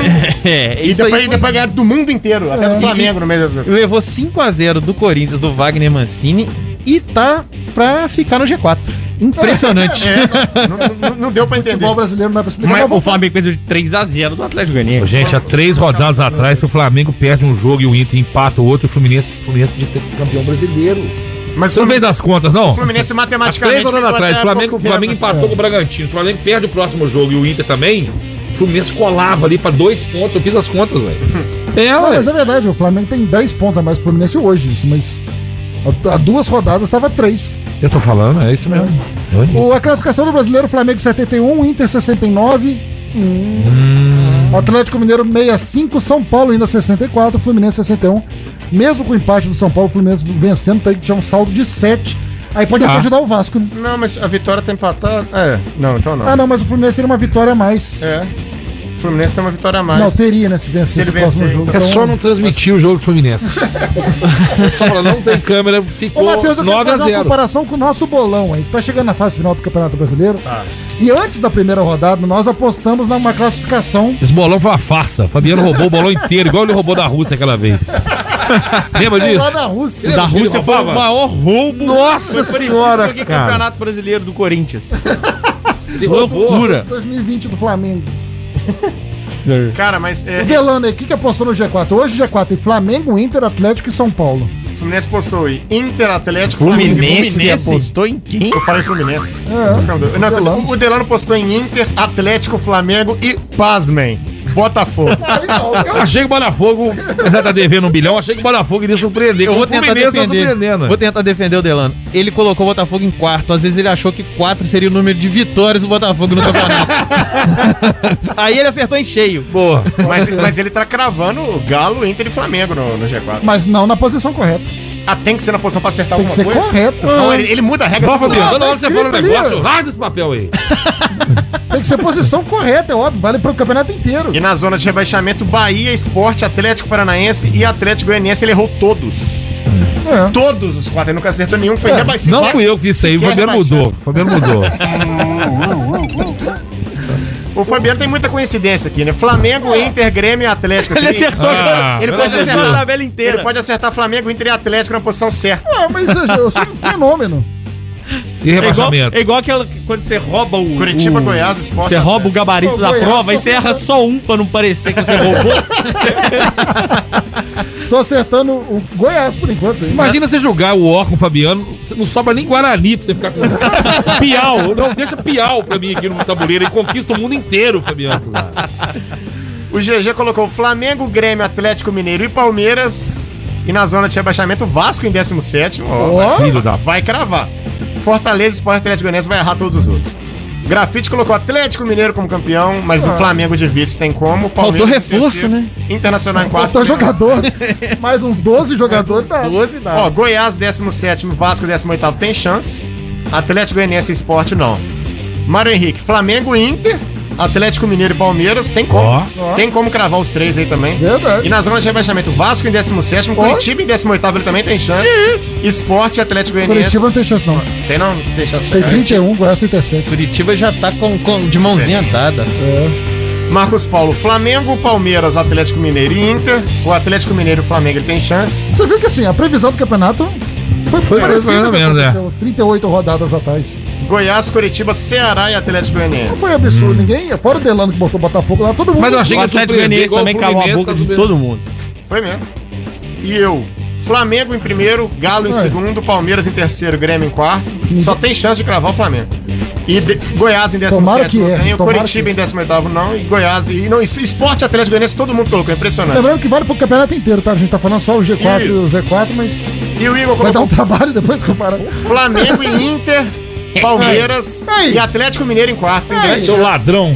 E depois ganhar do mundo inteiro, até do Flamengo no meio do... Levou 5-0 do Corinthians, do Wagner Mancini, e tá pra ficar no G4. Impressionante. Não deu pra entender. O futebol brasileiro não dá pra explicar. Mas o Flamengo perdeu de 3-0 do Atlético Goianiense. Gente, há 3 rodadas atrás, se o Flamengo perde um jogo e o Inter empata o outro, o Fluminense podia ter campeão brasileiro. Mas você não fez as contas, não? O Fluminense matematicamente... Há 3 rodadas atrás, o Flamengo empatou com o Bragantino. O Flamengo perde o próximo jogo e o Inter também. O Fluminense colava ali pra 2 pontos. Eu fiz as contas, velho. Mas é verdade, o Flamengo tem 10 pontos a mais que o Fluminense hoje, mas há 2 rodadas estava 3. Eu tô falando, é isso mesmo. A classificação do brasileiro, Flamengo 71, Inter 69, Atlético Mineiro 65, São Paulo ainda 64, Fluminense 61. Mesmo com o empate do São Paulo, o Fluminense vencendo, tinha um saldo de 7. Aí pode até ajudar o Vasco, né? Não, mas a vitória tá empatada. Não, então não. Não, mas o Fluminense tem uma vitória a mais. O Fluminense tem uma vitória a mais. Não, teria, né? Se vencer Se ele esse próximo vencer, jogo. É só não transmitir o jogo do Fluminense. É só falar, não tem câmera, Ô, ficou Matheus, eu quero 9 a fazer uma 0. comparação com o nosso bolão aí. Tá chegando na fase final do Campeonato Brasileiro. E antes da primeira rodada, nós apostamos numa classificação. Esse bolão foi uma farsa. O Fabiano roubou o bolão inteiro, igual ele roubou da Rússia aquela vez. Lembra disso? Lá da Rússia. Da Rússia foi o maior roubo. Nossa senhora, com aquele cara. Campeonato Brasileiro do Corinthians. Ele roubou. Loucura. 2020 do Flamengo. Cara, mas O Delano aí, o que apostou no G4? Hoje o G4 tem Flamengo, Inter, Atlético e São Paulo. o Fluminense postou aí. Inter, Atlético, Fluminense apostou em quem? Eu falei Fluminense. É. Tô ficando doido. Não, Delano. o Delano postou em Inter, Atlético, Flamengo e, pasmem, Botafogo. Eu achei que o Botafogo, apesar de estar devendo 1 bilhão, achei que o Botafogo iria surpreender. Eu vou Como o tentar Fluminense tá defender. surpreendendo. Vou tentar defender o Delano. Ele colocou o Botafogo em quarto. Às vezes ele achou que 4 seria o número de vitórias do Botafogo no campeonato. Aí ele acertou em cheio. Boa. Mas ele tá cravando o Galo, Inter e Flamengo no G4. Mas não na posição correta. Ah, tem que ser na posição pra acertar Tem que alguma ser coisa? correto. Não, ele muda a regra. Bom, todo Fabiano, ano. toda hora você fala um escrito ali, negócio, ó. rasga esse papel aí. Tem que ser posição correta, é óbvio. Vale pro campeonato inteiro. E na zona de rebaixamento, Bahia, Sport, Atlético Paranaense e Atlético Goianiense, ele errou todos. É. Todos os 4, ele nunca acertou nenhum, foi É, rebaixado. Não fui eu que fiz isso aí, o Sequer Fabiano rebaixado. mudou. O Fabiano mudou. O Fabiano tem muita coincidência aqui, né? Flamengo, Inter, Grêmio e Atlético. Ele Assim, acertou Ah, ele pelo pode amor de acertar Deus. a tabela inteira. Ele pode acertar Flamengo, Inter e Atlético na posição certa. Ah, mas eu sou um fenômeno. E É igual, rebaixamento. é igual aquela quando você rouba o. Curitiba, o- Goiás, Sport. Você rouba o gabarito Pô, da Goiás, prova e tô você erra falando. só um pra não parecer que você roubou. Tô acertando o Goiás por enquanto. hein? Imagina você jogar o Or com o Fabiano, você não sobra nem Guarani pra você ficar com. Piau, não, deixa Piau pra mim aqui no tabuleiro e conquista o mundo inteiro, Fabiano. O GG colocou Flamengo, Grêmio, Atlético Mineiro e Palmeiras. E na zona de rebaixamento, Vasco em 17º. Ó, Filho da. vai cravar. Fortaleza, Sport, Atlético Goianiense vai errar todos os outros. Grafite colocou Atlético Mineiro como campeão, mas o Flamengo de vice tem como. Faltou Palmeiras em reforço, terceiro, né? Internacional em quarto. Faltou jogador. Mais uns 12 jogadores. Tá. 12 dá. Ó, Goiás 17º, Vasco 18º tem chance. Atlético Goianiense e Sport não. Mário Henrique, Flamengo, Inter, Atlético Mineiro e Palmeiras, tem como. Ó. Tem como cravar os 3 aí também. Verdade. E na zona de rebaixamento, Vasco em 17º, Curitiba em 18º, ele também tem chance. Sport e Atlético Goianiense. Curitiba não tem chance, não. Tem não? Tem chance. Tem 31, Goiás tem 37. Curitiba já tá de mãozinha dada. Marcos Paulo, Flamengo, Palmeiras, Atlético Mineiro e Inter. O Atlético Mineiro e o Flamengo ele tem chance. Você viu que assim, a previsão do campeonato foi parecida mais ou com o que menos, aconteceu 38 rodadas atrás. Goiás, Curitiba, Ceará e Atlético Não Goianiense. foi absurdo, ninguém, fora o Delano que botou o Botafogo lá, todo mundo. Mas eu achei O que Atlético surpreender Goianiense igual o também calou a Fluminense, boca tá de surpreendendo. todo mundo. Foi mesmo. E eu, Flamengo em primeiro, Galo em segundo, Palmeiras em terceiro, Grêmio em quarto. Só tem chance de cravar o Flamengo. E Goiás em 17º Tomara que não erre, tem, o tomara Curitiba que em 18º não, e Goiás e não, Sport Atlético Goianiense todo mundo colocou, impressionante. Lembrando que vale pro campeonato inteiro, tá? A gente tá falando só o G4 e o Isso. Z4, mas E o Igor vai dar colocou um trabalho depois de comparar. Flamengo e Inter, Palmeiras Ei. e Atlético Mineiro em quarto. Tem grande Seu chance. ladrão.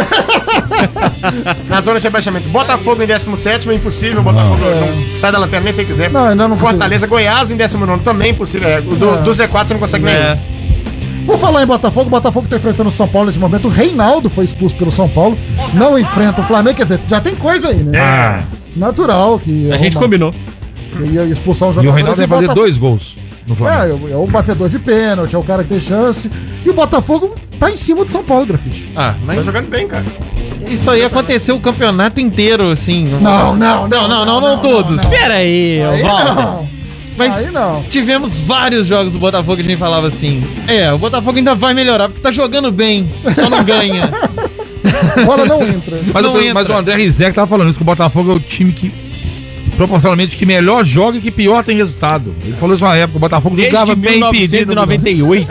Na zona de rebaixamento, Botafogo em 17º, impossível. Botafogo não sai da lanterna nem se quiser. Não, ainda não Fortaleza, Goiás em 19º, também impossível. É, do Z4 você não consegue nenhum. Por falar em Botafogo, o Botafogo tá enfrentando o São Paulo nesse momento. O Reinaldo foi expulso pelo São Paulo. Não enfrenta o Flamengo, quer dizer, já tem coisa aí, né? Ah. Natural que. A gente combinou. Ia expulsar um E o jogador. Reinaldo vai fazer 2 gols no Flamengo. É o batedor de pênalti, é o cara que tem chance. E o Botafogo tá em cima do São Paulo, Grafite. Ah, mas Tá jogando bem, cara. isso aí aconteceu o campeonato inteiro, assim. Não todos. Pera aí, Aí Walter. não. Mas Aí não. tivemos vários jogos do Botafogo que a gente falava assim: o Botafogo ainda vai melhorar porque tá jogando bem, só não ganha. A bola não entra. Mas, Não mas entra. o André Rizek tava falando isso, que o Botafogo é o time que, proporcionalmente, que melhor joga e que pior tem resultado. Ele falou isso na época, o Botafogo jogava Desde bem pedido. 1998.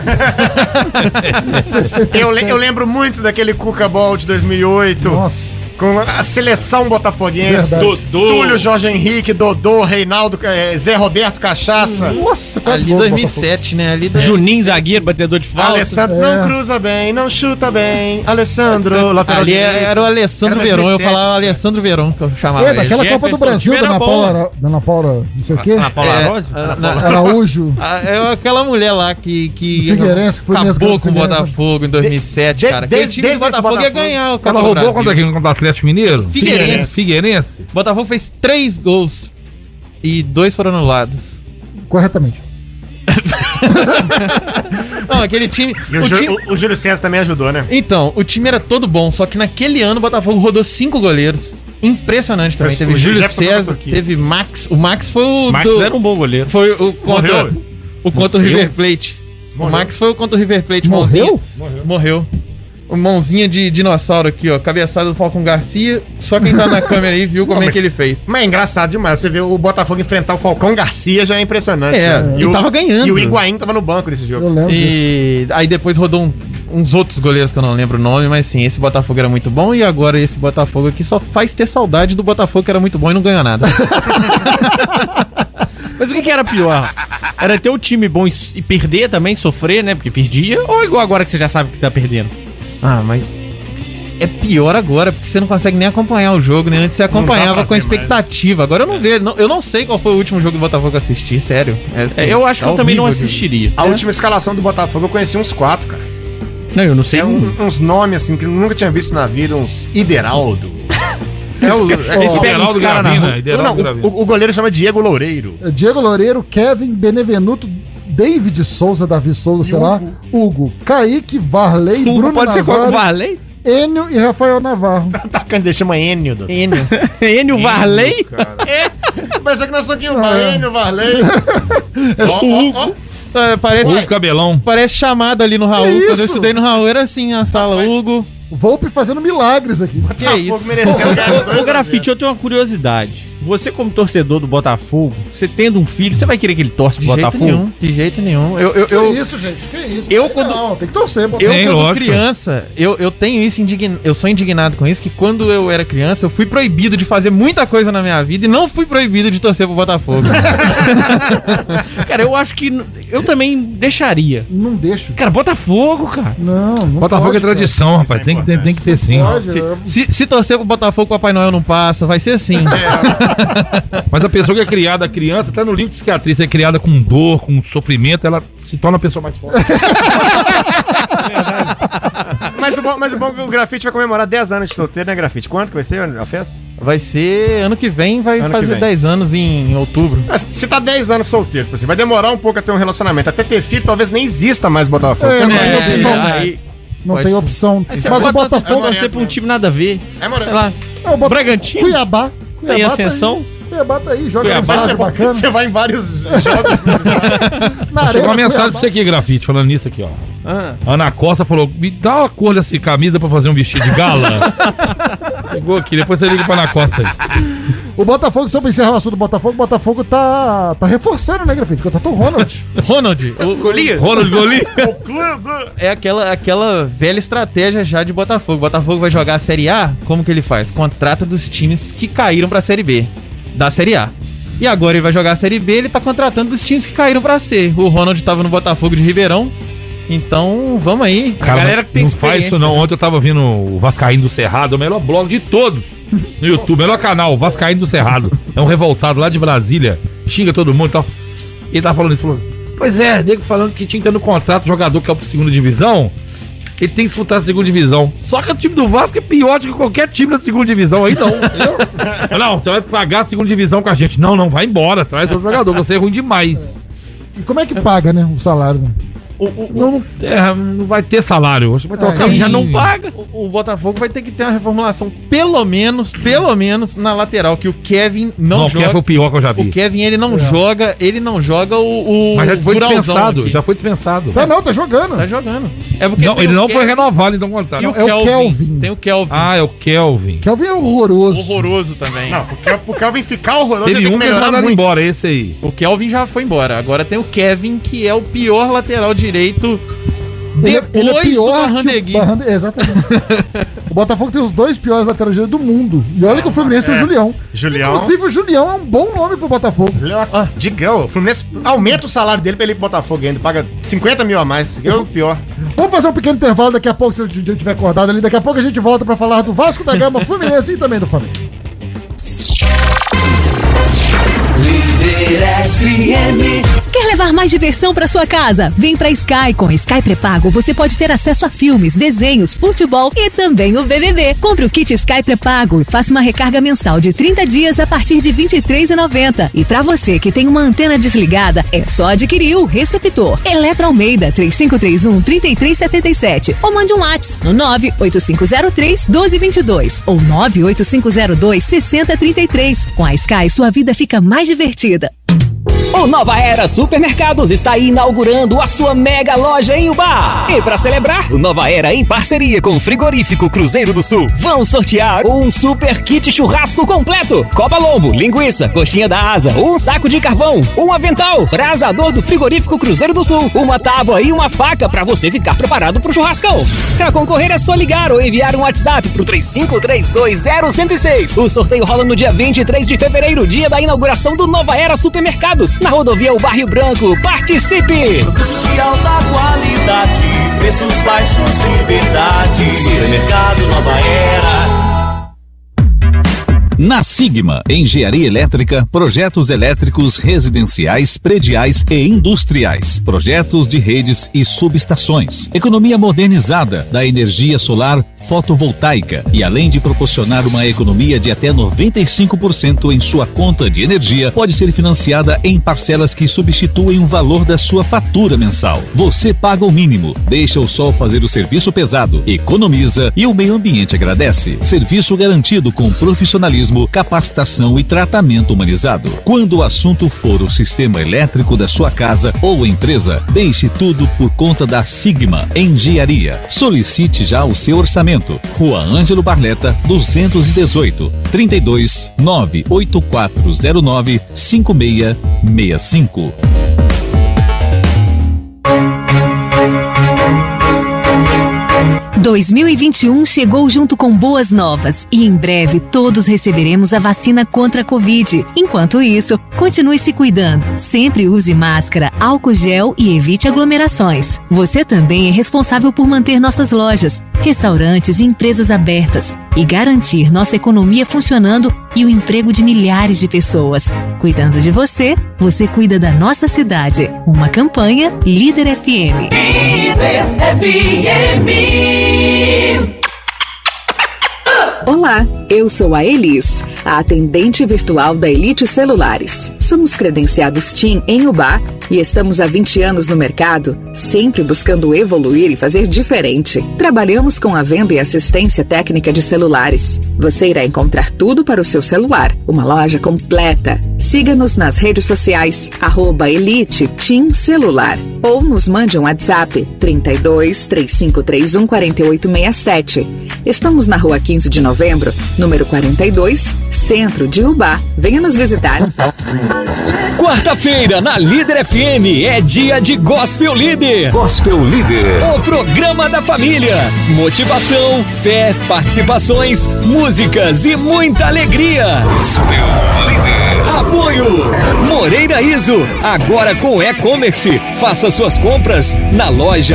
Eu lembro muito daquele Cuca Ball de 2008. Nossa. Com a seleção botafoguense. Verdade. Túlio, Jorge Henrique, Dodô, Reinaldo, Zé Roberto Cachaça. Nossa, quase Ali gol do 2007, né? Ali Juninho, zagueiro, batedor de falta. Alessandro É. não cruza bem, não chuta bem. Alessandro, lateral Ali direito. era o Alessandro Era Verón, eu 2007. falava Alessandro Verón que eu chamava É, ele. daquela Copa do Jefferson, Brasil, time da era Ana Paula, da Ana Paula, não sei o quê. Na Paula É, Rose? Araújo. É aquela mulher lá que Figueirense, que foi acabou mesmo com o Figueirense. Botafogo em 2007, cara. Aquele time do desde esse Botafogo ia Botafogo. ganhar o Ela Copa do roubou Brasil. contra quem? Contra o Atlético Mineiro? Figueirense. Botafogo fez 3 gols e 2 foram anulados. Corretamente. Não, aquele time... O Júlio César também ajudou, né? Então, o time era todo bom, só que naquele ano o Botafogo rodou 5 goleiros. Impressionante também. Teve Júlio César, teve Max. O Max foi o... Max era um bom goleiro. Foi o contra o River Plate. Morreu. O Max foi o contra o River Plate. Morreu. O mãozinha de dinossauro aqui, ó. Cabeçada do Falcão Garcia. Só quem tá na câmera aí viu como é que ele fez. Mas é engraçado demais. Você vê o Botafogo enfrentar o Falcão Garcia já é impressionante. Né? E tava ganhando. E o Higuaín tava no banco nesse jogo. E aí depois rodou uns outros goleiros que eu não lembro o nome, mas sim, esse Botafogo era muito bom. E agora esse Botafogo aqui só faz ter saudade do Botafogo que era muito bom e não ganhou nada. Mas o que era pior? Era ter o time bom e perder também, sofrer, né? Porque perdia. Ou igual agora que você já sabe que tá perdendo? Ah, mas é pior agora, porque você não consegue nem acompanhar o jogo, né? Antes você acompanhava com a expectativa. Agora eu não vejo. Eu não sei qual foi o último jogo do Botafogo que eu assisti, sério. Eu acho que eu também não assistiria. A última escalação do Botafogo eu conheci uns 4, cara. Não, eu não sei. Uns nomes assim que eu nunca tinha visto na vida, uns Ideraldo. Esse pega os caras na rua. O goleiro chama Diego Loureiro. Diego Loureiro, Kevin Benevenuto, David Souza, Davi Souza, sei lá, Hugo, Kaique, Varley, Hugo, Bruno pode Nazário, ser qual? Varley? Enio e Rafael Navarro. Tá, ele chama Enio. Enio Varley? Mas é que nós estamos aqui, o Enio Varley. Hugo. Parece Hugo Cabelão. Parece chamada ali no Raul. Quando eu estudei no Raul era assim, a sala, Hugo. Volpe fazendo milagres aqui. Que é isso? Ô, Grafite, eu tenho uma curiosidade. Você, como torcedor do Botafogo, você tendo um filho, você vai querer que ele torce pro Botafogo? De jeito nenhum. Que isso, gente? Que isso? Não, tem que torcer. Quando criança, eu tenho isso eu sou indignado com isso, que quando eu era criança, eu fui proibido de fazer muita coisa na minha vida e não fui proibido de torcer pro Botafogo. Cara, eu acho que eu também deixaria. Não deixo. Cara, Botafogo, cara. Não Botafogo pode, é tradição, rapaz. Tem que ter sim. Se torcer pro Botafogo, o Papai Noel não passa, vai ser assim. Mas a pessoa que é criada, a criança, até no livro de psiquiatria, é criada com dor, com sofrimento, ela se torna uma pessoa mais forte. Mas o bom é que o Grafite vai comemorar 10 anos de solteiro, né, Grafite? Quanto que vai ser a festa? Vai ser ano que vem, fazer 10 anos em outubro. Mas se tá 10 anos solteiro, assim, vai demorar um pouco a ter um relacionamento. Até ter filho, talvez nem exista mais Botafogo. Não tem opção. Mas o Botafogo vai ser pra um time nada a ver. Sei lá. Bragantino. Cuiabá. Tem ascensão. Cuiabá tá aí, joga bacana. Você vai em vários jogos. Chegou uma mensagem pra você aqui, Grafite, falando nisso aqui, ó. Ana Costa falou: me dá uma cor dessa camisa pra fazer um vestido de gala. Chegou aqui, depois você liga pra Ana Costa aí. O Botafogo, só pra encerrar o assunto do Botafogo, o Botafogo tá reforçando, né, Grafite? Contratou o Ronald. O Golias. Ronald Golias. É aquela velha estratégia já de Botafogo. O Botafogo vai jogar a Série A, como que ele faz? Contrata dos times que caíram pra Série B, da Série A. E agora ele vai jogar a Série B, ele tá contratando dos times que caíram pra C. O Ronald tava no Botafogo de Ribeirão. Então, vamos aí. Cara, a galera que tem não faz isso não. Ontem eu tava vendo o Vascaíno do Cerrado, o melhor blog de todos no YouTube, melhor canal, o Vascaíno do Cerrado. É um revoltado lá de Brasília, xinga todo mundo e tal. Ele tava falando isso, falou: pois é, nego falando que tinha que ter no contrato jogador que é pra segunda divisão, ele tem que disputar a segunda divisão. Só que o time do Vasco é pior do que qualquer time da segunda divisão. Aí não, entendeu? Não, você vai pagar a segunda divisão com a gente. Não, vai embora, traz outro jogador, você é ruim demais. E como é que paga, né, o salário? Né? Não vai ter salário. Vai trocar já não paga. O Botafogo vai ter que ter uma reformulação, pelo menos na lateral, que o Kevin não joga. O Kevin foi o pior que eu já vi. O Kevin, ele não joga o mas já foi dispensado. Já foi dispensado. Tá jogando. Tá jogando. É porque não, ele não foi renovado, então contar. E o Kelvin. Tem o Kelvin. Ah, é o Kelvin. Kelvin é horroroso. Horroroso também. Não, o Kelvin ficar horroroso, ele tem que melhorar muito. Embora, esse aí. O Kelvin já foi embora. Agora tem o Kevin, que é o pior lateral direito depois ele é pior do Barrandegui. Exatamente. O Botafogo tem os 2 piores laterais direitos do mundo. E olha que o Fluminense tem o Julião. Inclusive o Julião é um bom nome pro Botafogo. Nossa, Digão. O Fluminense aumenta o salário dele pra ele ir pro Botafogo ainda. Paga 50 mil a mais. É o pior. Vamos fazer um pequeno intervalo daqui a pouco, se o dia estiver acordado ali. Daqui a pouco a gente volta pra falar do Vasco da Gama, Fluminense e também do Flamengo. Líder FM. Quer levar mais diversão para sua casa? Vem pra Sky. Com a Sky Pré-Pago, você pode ter acesso a filmes, desenhos, futebol e também o BBB. Compre o kit Sky Pré-Pago e faça uma recarga mensal de 30 dias a partir de R$ 23,90. E para você que tem uma antena desligada, é só adquirir o receptor. Eletra Almeida, 3531-3377. Ou mande um WhatsApp no 98503-1222 ou 98502-6033. Com a Sky, sua vida fica mais divertida. O Nova Era Supermercados está inaugurando a sua mega loja em Ubá. E para celebrar, o Nova Era, em parceria com o Frigorífico Cruzeiro do Sul, vão sortear um super kit churrasco completo. Copa Lombo, linguiça, coxinha da asa, um saco de carvão, um avental, brasador do Frigorífico Cruzeiro do Sul, uma tábua e uma faca para você ficar preparado pro churrascão. Para concorrer é só ligar ou enviar um WhatsApp pro 35320106. O sorteio rola no dia 23 de fevereiro, dia da inauguração do Nova Era Supermercados, na rodovia O Barrio Branco. Participe! Produtos de alta qualidade, preços baixos e verdade. Supermercado Nova Era. Na Sigma, Engenharia Elétrica, projetos elétricos residenciais, prediais e industriais, projetos de redes e subestações, economia modernizada da energia solar fotovoltaica e além de proporcionar uma economia de até 95% em sua conta de energia, pode ser financiada em parcelas que substituem o valor da sua fatura mensal. Você paga o mínimo, deixa o sol fazer o serviço pesado, economiza e o meio ambiente agradece. Serviço garantido com profissionalismo, capacitação e tratamento humanizado. Quando o assunto for o sistema elétrico da sua casa ou empresa, deixe tudo por conta da Sigma Engenharia. Solicite já o seu orçamento. Rua Ângelo Barleta, 218, 32 98409 5665. – 2021 chegou junto com boas novas e em breve todos receberemos a vacina contra a Covid. Enquanto isso, continue se cuidando. Sempre use máscara, álcool gel e evite aglomerações. Você também é responsável por manter nossas lojas, restaurantes e empresas abertas e garantir nossa economia funcionando e o emprego de milhares de pessoas. Cuidando de você, você cuida da nossa cidade. Uma campanha Líder FM. Líder FM. Olá, eu sou a Elis, a atendente virtual da Elite Celulares. Somos credenciados TIM em Ubá e estamos há 20 anos no mercado, sempre buscando evoluir e fazer diferente. Trabalhamos com a venda e assistência técnica de celulares. Você irá encontrar tudo para o seu celular, uma loja completa. Siga-nos nas redes sociais, @Elite TIM Celular, ou nos mande um WhatsApp 32 3531 4867. Estamos na rua 15 de novembro, número 42, Centro de Ubá. Venha nos visitar. Quarta-feira, na Líder FM, é dia de Gospel Líder. Gospel Líder. O programa da família. Motivação, fé, participações, músicas e muita alegria. Gospel Líder. Apoio Moreira ISO, agora com e-commerce. Faça suas compras na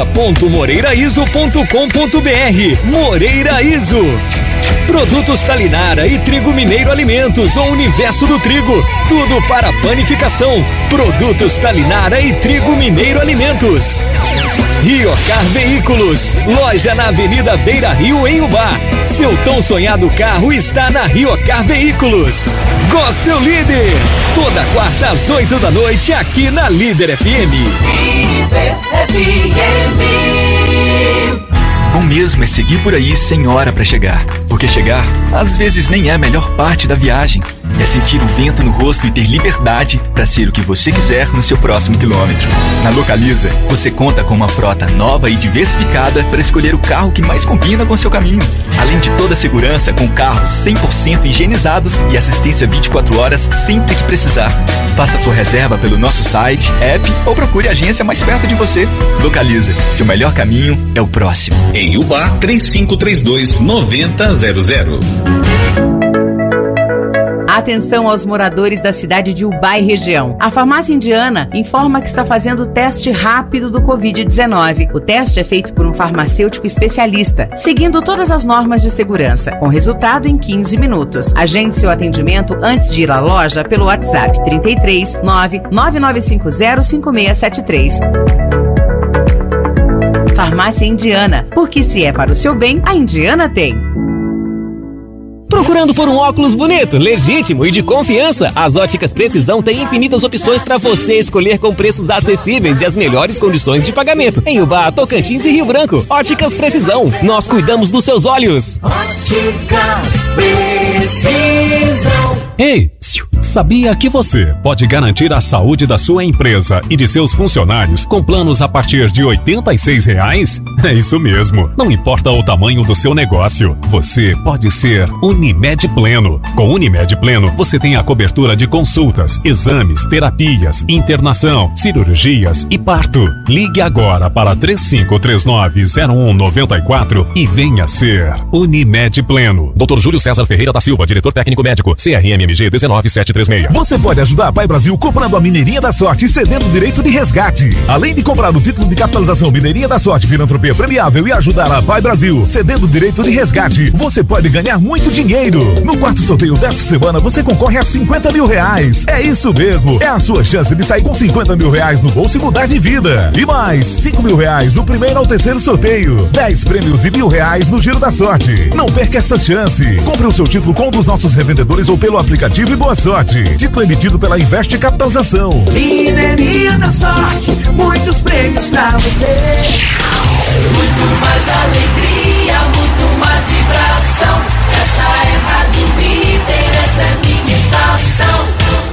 loja.moreiraiso.com.br. Moreira ISO. Produtos Talinara e Trigo Mineiro Alimentos, o universo do trigo. Tudo para panificação. Produtos Talinara e Trigo Mineiro Alimentos. Riocar Veículos, loja na Avenida Beira Rio, em Ubá. Seu tão sonhado carro está na Riocar Veículos. Gospel Líder, toda quarta às 8 da noite, aqui na Líder FM. Líder FM. Bom mesmo é seguir por aí sem hora pra chegar. Porque chegar, às vezes, nem é a melhor parte da viagem. É sentir o vento no rosto e ter liberdade para ser o que você quiser no seu próximo quilômetro. Na Localiza, você conta com uma frota nova e diversificada para escolher o carro que mais combina com seu caminho. Além de toda a segurança, com carros 100% higienizados e assistência 24 horas sempre que precisar. Faça sua reserva pelo nosso site, app ou procure a agência mais perto de você. Localiza, seu melhor caminho é o próximo. Em Ubá, 3532-9000. Atenção aos moradores da cidade de Ubá e região. A Farmácia Indiana informa que está fazendo o teste rápido do Covid-19. O teste é feito por um farmacêutico especialista, seguindo todas as normas de segurança, com resultado em 15 minutos. Agende seu atendimento antes de ir à loja pelo WhatsApp 33 99950 5673. Farmácia Indiana, porque se é para o seu bem, a Indiana tem. Procurando por um óculos bonito, legítimo e de confiança? As Óticas Precisão têm infinitas opções para você escolher com preços acessíveis e as melhores condições de pagamento. Em Ubá, Tocantins e Rio Branco. Óticas Precisão, nós cuidamos dos seus olhos. Óticas Precisão. Ei, sabia que você pode garantir a saúde da sua empresa e de seus funcionários com planos a partir de R$ 86? É isso mesmo. Não importa o tamanho do seu negócio, você pode ser Unimed Pleno. Com Unimed Pleno, você tem a cobertura de consultas, exames, terapias, internação, cirurgias e parto. Ligue agora para 3539-0194 e venha ser Unimed Pleno. Dr. Júlio César Ferreira da Silva, diretor técnico médico, CRMMG 19736. Você pode ajudar a Pai Brasil comprando a Mineirinha da Sorte e cedendo o direito de resgate. Além de comprar o título de capitalização Mineirinha da Sorte Filantropia Premiável e ajudar a Pai Brasil cedendo o direito de resgate, você pode ganhar muito dinheiro. No quarto sorteio dessa semana, você concorre a R$50 mil. É isso mesmo. É a sua chance de sair com R$50 mil no bolso e mudar de vida. E mais, R$5 mil no primeiro ao terceiro sorteio. 10 prêmios de R$1.000 no Giro da Sorte. Não perca esta chance. Compre o seu título com um dos nossos revendedores ou pelo aplicativo e boa sorte. Título emitido pela Investe Capitalização. Mineirinha da Sorte, muitos prêmios pra você. Muito mais alegria, muito mais vibração. Essa é a Rádio Líder, essa é minha estação.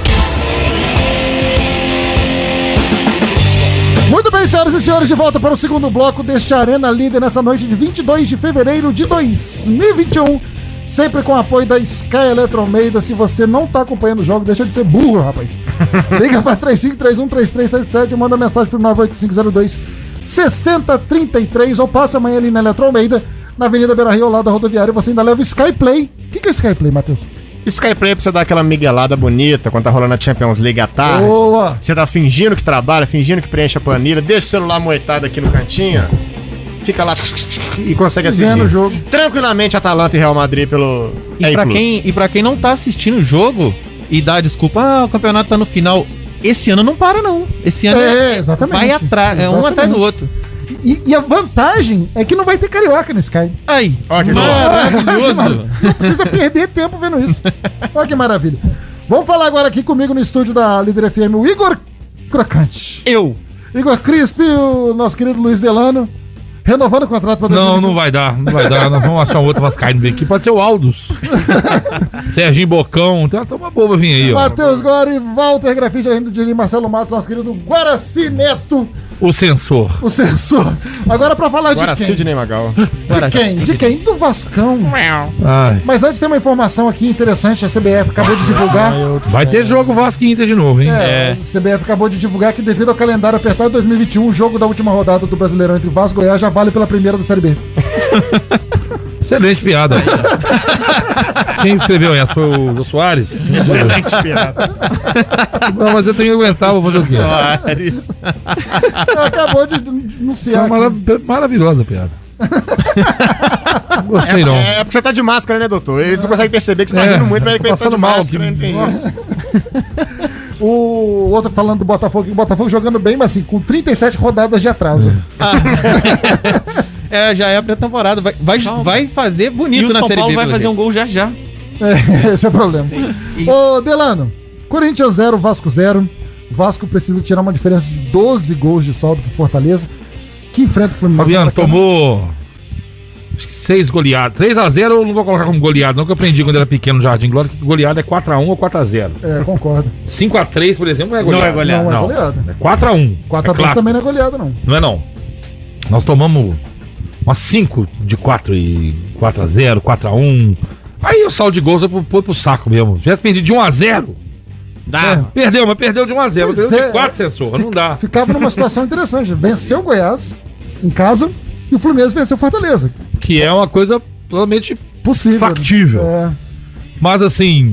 Muito bem, senhoras e senhores, de volta para o segundo bloco deste Arena Líder nessa noite de 22 de fevereiro de 2021. Sempre com o apoio da Sky Eletroalmeida. Se você não tá acompanhando o jogo, deixa de ser burro, rapaz. Liga para 3531-3377 e manda mensagem pro 98502-6033 ou passa amanhã ali na Eletroalmeida, na Avenida Beira-Rio, ao lado da rodoviária. Você ainda leva o Sky Play. O que é o Sky Play, Matheus? Sky Play é pra você dar aquela miguelada bonita quando tá rolando a Champions League à tarde. Boa! Você tá fingindo que trabalha, fingindo que preenche a planilha, deixa o celular moetado aqui no cantinho, fica lá e consegue assistir o jogo tranquilamente Atalanta e Real Madrid pelo E pra quem não tá assistindo o jogo e dá desculpa, o campeonato tá no final, esse ano não para não. Esse ano exatamente, vai atrás, é um atrás do outro. E a vantagem é que não vai ter carioca no Sky. Aí, maravilhoso. Não precisa perder tempo vendo isso. Olha que maravilha. Vamos falar agora aqui comigo no estúdio da Líder FM, o Igor Crocante. Igor Cristo e o nosso querido Luiz Delano. Renovando o contrato para 2021. Não vai dar. Nós vamos achar um outro vascaíno bem aqui. Pode ser o Aldus. Serginho Bocão. Tem uma boba vir aí, ó. Matheus Gori, Walter Grafite, ainda de Marcelo Matos, nosso querido Guaraci Neto. O censor. Agora pra falar de quem? Sidney Magal. De quem? Do Vascão. Mas antes tem uma informação aqui interessante. A CBF acabou de divulgar. Vai ter jogo Vasco e Inter de novo, hein? A CBF acabou de divulgar que devido ao calendário apertado de 2021, o jogo da última rodada do Brasileirão entre Vasco e Goiás já vale pela primeira da Série B. Excelente piada. Quem escreveu essa? Foi o Soares? Excelente piada. Não, mas eu tenho que aguentar, vou fazer o quê? Soares. Acabou de anunciar. Maravilhosa a piada. Gostei não. É porque você tá de máscara, né, doutor? Eles não conseguem perceber que você tá rindo muito, mas ele tá de máscara, não tem isso. O outro falando do Botafogo, o Botafogo jogando bem, mas assim, com 37 rodadas de atraso. Já é a pré-temporada. Vai fazer bonito na Série B. E o São Paulo vai fazer um gol já. Esse é o problema. Ô, Delano, Corinthians 0, Vasco 0. Vasco precisa tirar uma diferença de 12 gols de saldo pro Fortaleza, que enfrenta o Fluminense. Fabiano, tomou acho que 6 goleadas. 3x0 eu não vou colocar como goleada, não, que eu aprendi quando era pequeno no Jardim Glória, que goleada é 4x1 ou 4x0. Concordo. 5x3, por exemplo, não é goleada. Não é goleada. É 4x1. 4x2 também não é goleada, não. Não é não. Nós tomamos umas 5 de 4 e 4x0, 4x1. Aí o saldo de gols foi pro saco mesmo. Se tivesse perdido de 1x0. Perdeu, mas perdeu de 1x0. Perdeu de 4, censor. Não dá. Ficava numa situação interessante. Venceu o Goiás em casa e o Fluminense venceu o Fortaleza. Que é uma coisa totalmente possível, factível. Mas assim,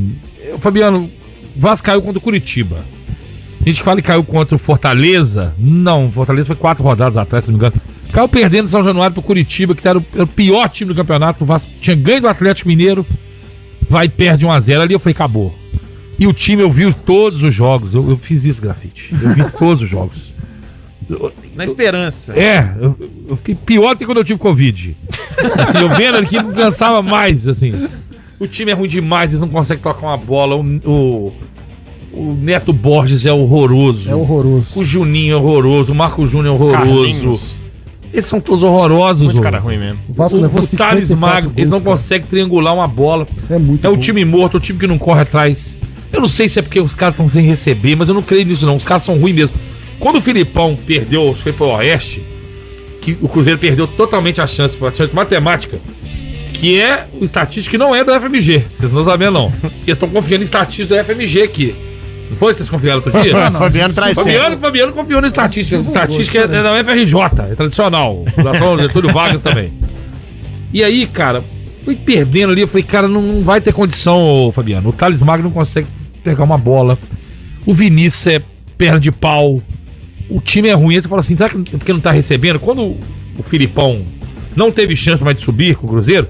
Fabiano, o Vasco caiu contra o Curitiba. A gente fala que caiu contra o Fortaleza. Não, o Fortaleza foi 4 rodadas atrás, se não me engano. Caiu perdendo em São Januário pro Curitiba, que era o pior time do campeonato. O Vasco tinha ganho do Atlético Mineiro, vai e perde 1-0. Ali eu falei, acabou. E o time, eu vi todos os jogos. Eu fiz isso, Grafite. Eu vi todos os jogos. Na esperança. Eu fiquei pior do que quando eu tive Covid. Assim, eu vendo ali que não cansava mais, assim. O time é ruim demais, eles não conseguem tocar uma bola. O Neto Borges é horroroso. É horroroso. O Juninho é horroroso. O Marco Júnior é horroroso. Carlinhos. Eles são todos horrorosos. Muito cara ruim mesmo. O Vasco levou O Thales Magno, eles não conseguem triangular uma bola. É um time morto, um time que não corre atrás. Eu não sei se é porque os caras estão sem receber, mas eu não creio nisso não. Os caras são ruins mesmo. Quando o Filipão perdeu, foi pro Oeste, que o Cruzeiro perdeu totalmente a chance matemática, que é o estatístico que não é da FMG. Vocês não sabem não. Eles estão confiando em estatístico da FMG aqui. Não foi? Vocês confiaram outro dia? Fabiano traz Fabiano confiou na estatística. Estatística é da UFRJ, é tradicional. Fundação Getúlio Vargas também. E aí, cara, fui perdendo ali. Eu falei, cara, não vai ter condição, Fabiano. O Thales Magno não consegue pegar uma bola. O Vinícius é perna de pau. O time é ruim. Aí você fala assim, será que porque não tá recebendo? Quando o Filipão não teve chance mais de subir com o Cruzeiro,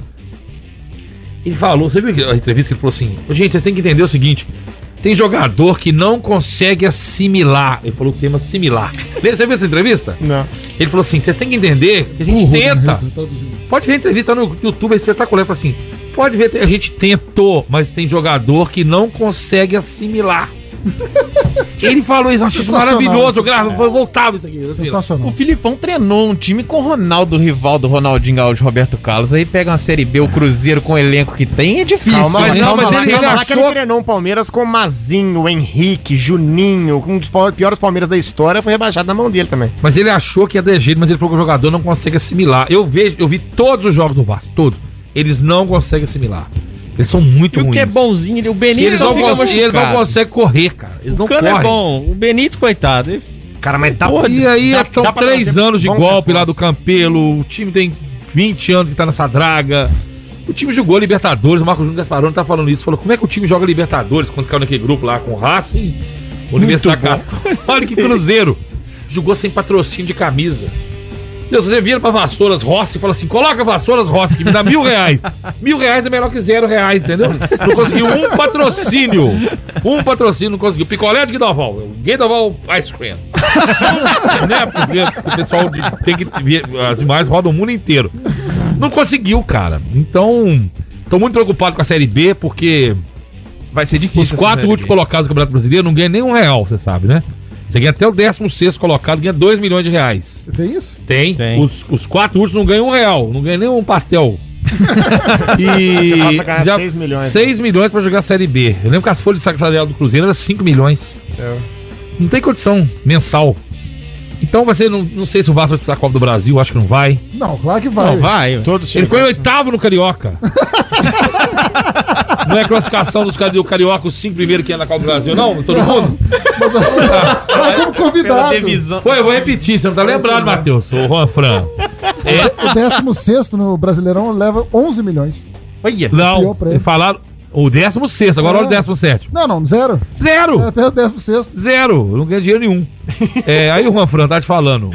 ele falou, você viu a entrevista que ele falou assim, gente, vocês têm que entender o seguinte, tem jogador que não consegue assimilar. Ele falou o tema assimilar. Você viu essa entrevista? Não. Ele falou assim, vocês têm que entender que a gente tenta. Pode ver a entrevista no YouTube, é espetacular. Ele falou assim, pode ver, a gente tentou, mas tem jogador que não consegue assimilar. Ele falou isso, eu achei isso maravilhoso. Eu voltava isso aqui. O Filipão treinou um time com Ronaldo, rival do Ronaldinho Gaúcho, Roberto Carlos. Aí pega uma Série B, o Cruzeiro com o elenco que tem, é difícil. Mas ele treinou o Palmeiras com o Mazinho, o Henrique, Juninho, um dos piores Palmeiras da história, foi rebaixado na mão dele também. Mas ele achou que ia dar jeito, mas ele falou que o jogador não consegue assimilar. Eu vi todos os jogos do Vasco, todos. Eles não conseguem assimilar. Eles são muito ruins. O que é bonzinho, o Benítez eles não conseguem correr, cara. Eles não correm. É bom. O Benítez, coitado. Cara, mas tá... E aí estão 3 anos de golpe lá do Campelo. O time tem 20 anos que tá nessa draga. O time jogou Libertadores. O Marco Júnior Gasparoni tá falando isso. Falou, como é que o time joga Libertadores quando caiu naquele grupo lá com o Racing, Universidade Católica? Olha que Cruzeiro. Jogou sem patrocínio de camisa. Deus, você vira pra Vassouras Rossi e fala assim, coloca Vassouras Rossi que me dá R$1.000. R$1.000 é melhor que R$0, entendeu? Não conseguiu um patrocínio. Não conseguiu. Picolé de Guidoval. Guidoval Ice Cream. Né? Porque o pessoal tem que ver, as imagens rodam o mundo inteiro. Não conseguiu, cara. Então, tô muito preocupado com a Série B, porque vai ser difícil. Os 4 últimos colocados do Campeonato Brasileiro não ganham nem R$1, você sabe, né? Você ganha até o 16º colocado, ganha R$2 milhões. Tem isso? Tem. Os 4 últimos não ganham R$1, não ganham nem um pastel. E você passa a ganhar 6 milhões. 6 milhões pra jogar a Série B. Eu lembro que as folhas de salarial do Cruzeiro eram 5 milhões. Não tem condição mensal. Então vai ser, não sei se o Vasco vai disputar a Copa do Brasil, acho que não vai. Não, claro que vai. Não vai. Ele ficou em 8º no Carioca. Não é a classificação do Carioca, os 5 primeiros que é na Copa do Brasil, não? Todo mundo? Vai como convidado. Foi, eu vou repetir, você não tá lembrado, Matheus, o Juan Fran. O 16º no Brasileirão leva 11 milhões. Não, eles falaram o 16º, agora olha o 17º. Não, 0. Até o 16º. 0, eu não ganho dinheiro nenhum. Aí o Juan Fran tá te falando.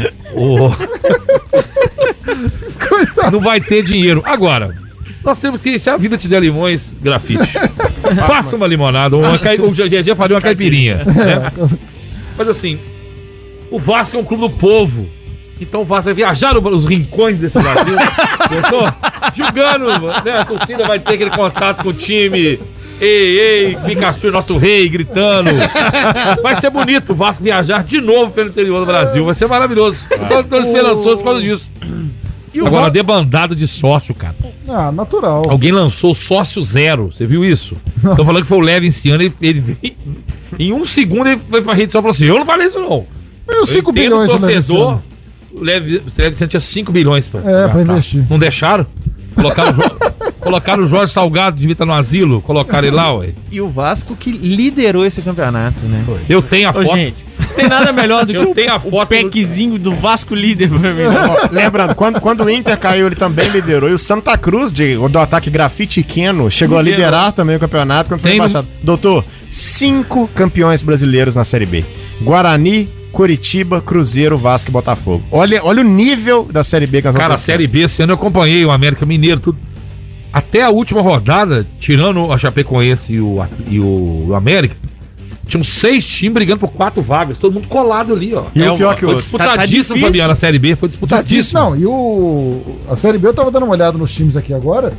Não vai ter dinheiro. Agora, nós temos que, se a vida te der limões, Grafite, faça uma limonada, o GG faria uma caipirinha. Né? Mas assim, o Vasco é um clube do povo. Então o Vasco vai viajar nos rincões desse Brasil. Julgando, né? A torcida vai ter aquele contato com o time. Ei, Pikachu, nosso rei, gritando. Vai ser bonito o Vasco viajar de novo pelo interior do Brasil. Vai ser maravilhoso. Estou esperançoso por causa disso. Agora, a debandada de sócio, cara. Natural. Alguém lançou sócio 0. Você viu isso? Estão falando que foi o Leve esse ano. Ele em 1 segundo ele foi pra rede social e falou assim: eu não falei isso, não. E os 5 bilhões do torcedor. O Leve tinha 5 bilhões pra investir. Não deixaram? Colocaram Colocaram o Jorge Salgado, devia estar no asilo, colocaram ele lá, ué. E o Vasco que liderou esse campeonato, né? Eu tenho a foto. Gente, tem nada melhor do que o packzinho do Vasco líder pra mim. Lembrando, quando o Inter caiu, ele também liderou. E o Santa Cruz, do ataque Grafite Queno, chegou a liderar também o campeonato quando foi rebaixado. Doutor, 5 campeões brasileiros na Série B. Guarani, Coritiba, Cruzeiro, Vasco e Botafogo. Olha o nível da Série B que nós vamos Cara, a Série B, esse ano eu acompanhei o América Mineiro, tudo. Até a última rodada, tirando a Chapecoense e o América, tinham 6 times brigando por 4 vagas, todo mundo colado ali, ó. E o pior que o foi outro. disputadíssimo, Tá Fabiano, a Série B, foi disputadíssimo. Não, e a Série B, eu tava dando uma olhada nos times aqui agora,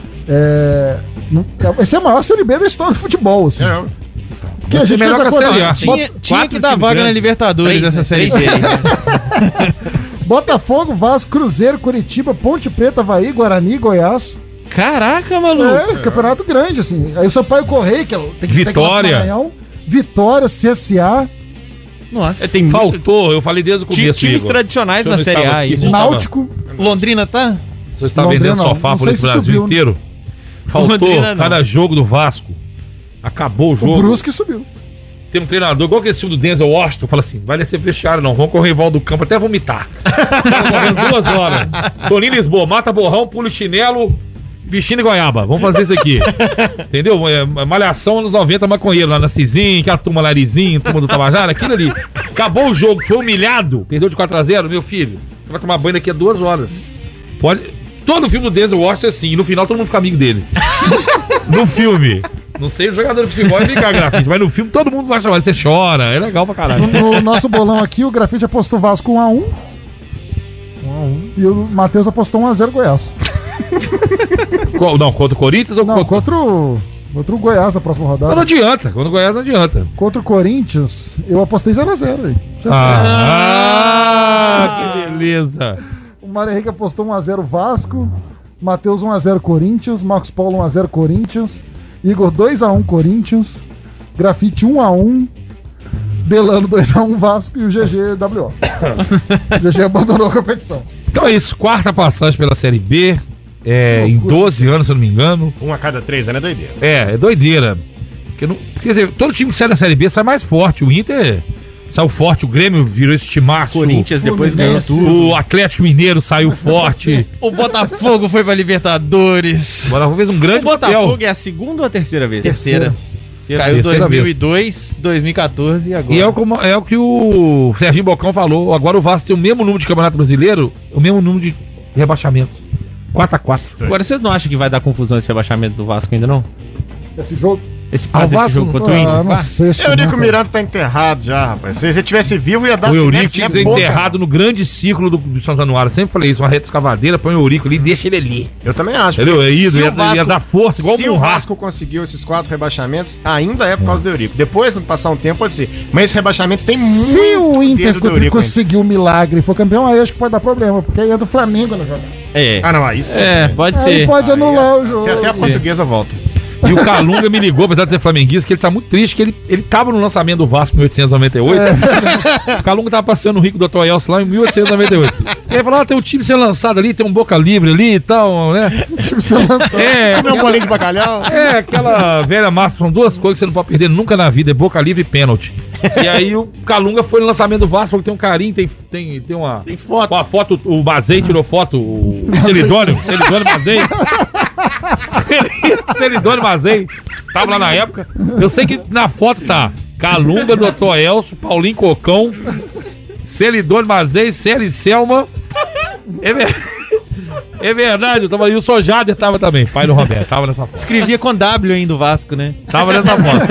vai ser a maior Série B da história do futebol, assim. Porque a gente melhor fez a que a Série A. Tinha que dar vaga na Libertadores essa Série B. Botafogo, Vasco, Cruzeiro, Curitiba, Ponte Preta, Avaí, Guarani, Goiás. Caraca, maluco. Campeonato grande, assim. Aí o Sampaio Correia, que tem que Vitória. Maranhão, Vitória, CSA. Nossa. Faltou, eu falei desde o começo. Times tradicionais na Série A. Náutico. Londrina tá? Você está vendendo sofá por esse Brasil subiu, inteiro? Faltou cada jogo do Vasco. Acabou o jogo. O Brusque subiu. Tem um treinador, igual aquele filme do Denzel Washington, fala assim, vai descer vestiário não, vamos correr em volta do campo até vomitar. Estamos correndo 2 horas. Toninho Lisboa, mata borrão, pula o chinelo, bichinho e goiaba. Vamos fazer isso aqui. Entendeu? Malhação anos 90, maconheiro lá na Cizinho, que a turma Larizinho, turma do Tabajara, aquilo ali. Acabou o jogo, foi humilhado, perdeu de 4-0, meu filho. Você vai tomar banho daqui a 2 horas. Todo filme do Denzel Washington é assim, e no final todo mundo fica amigo dele. No filme. Não sei, o jogador de futebol é ficar grafite, mas no filme todo mundo vai chamar, você chora, é legal pra caralho. No nosso bolão aqui, o Grafite apostou Vasco 1-1. 1-1. E o Matheus apostou 1-0 Goiás. Não, contra o Corinthians ou contra o Goiás na próxima rodada? Não adianta, contra o Goiás não adianta. Contra o Corinthians, eu apostei 0-0 aí. Que beleza. O Mário Henrique apostou 1-0 Vasco, Matheus 1-0 Corinthians, Marcos Paulo 1-0 Corinthians, Igor 2-1 Corinthians, Grafite 1-1, Delano 2-1 Vasco e o GGWO. O GG abandonou a competição. Então é isso, 4ª passagem pela Série B, em 12 anos, se eu não me engano. 1 a cada 3 anos é doideira. É doideira. Quer dizer, todo time que sai da Série B sai mais forte. O Inter saiu forte, o Grêmio virou esse timaço. O Corinthians depois ganhou tudo. O Atlético Mineiro saiu forte. O Botafogo foi pra Libertadores. O Botafogo fez um grande papel. O Botafogo é a 2ª ou a 3ª vez? Terceira. Caiu em 2002, 2014 e agora. E é o que o Serginho Bocão falou. Agora o Vasco tem o mesmo número de Campeonato Brasileiro, o mesmo número de rebaixamento. 4-4. Agora, vocês não acham que vai dar confusão esse rebaixamento do Vasco ainda, não? Esse jogo? Esse jogo contra o Inter? Não sei. O Eurico Miranda tá enterrado já, rapaz. Se ele tivesse vivo, ia dar o Eurico tinha que ser enterrado no grande ciclo do São Januário. Sempre falei isso, uma reta escavadeira, põe o Eurico ali e deixa ele ali. Eu também acho. Entendeu? Ia dar força, igual o Se o Vasco conseguiu esses 4 rebaixamentos, ainda é por causa do Eurico. Depois, quando passar um tempo, pode ser. Mas esse rebaixamento tem muito. Se o Inter conseguiu o milagre e for campeão, aí acho que pode dar problema, porque aí é do Flamengo na jogada. Não, aí sim. Pode ser. Aí pode anular o jogo. Até a Portuguesa volta. E o Calunga me ligou, apesar de ser flamenguista, que ele tá muito triste, que ele tava no lançamento do Vasco em 1898. O Calunga tava passeando no Rico do Dr. Elcio lá em 1898. E aí falou, tem um time sendo lançado ali, tem um Boca Livre ali e tal, né? O time sendo lançado. Comer um bolinho de bacalhau. Aquela velha massa, são 2 coisas que você não pode perder nunca na vida, é Boca Livre e pênalti. E aí o Calunga foi no lançamento do Vasco, falou que tem um carinho, tem uma... Tem foto. Uma foto, o Bazei tirou foto, o Celidônio Bazei. Celidônio Mazei tava lá na época. Eu sei que na foto tá Calunga, Dr. Elcio, Paulinho Cocão, Celidônio Mazei, Célio e Selma. É verdade, eu tava ali. O Sojader tava também, pai do Roberto, tava nessa foto. Escrevia com W ainda o Vasco, né? Tava nessa foto.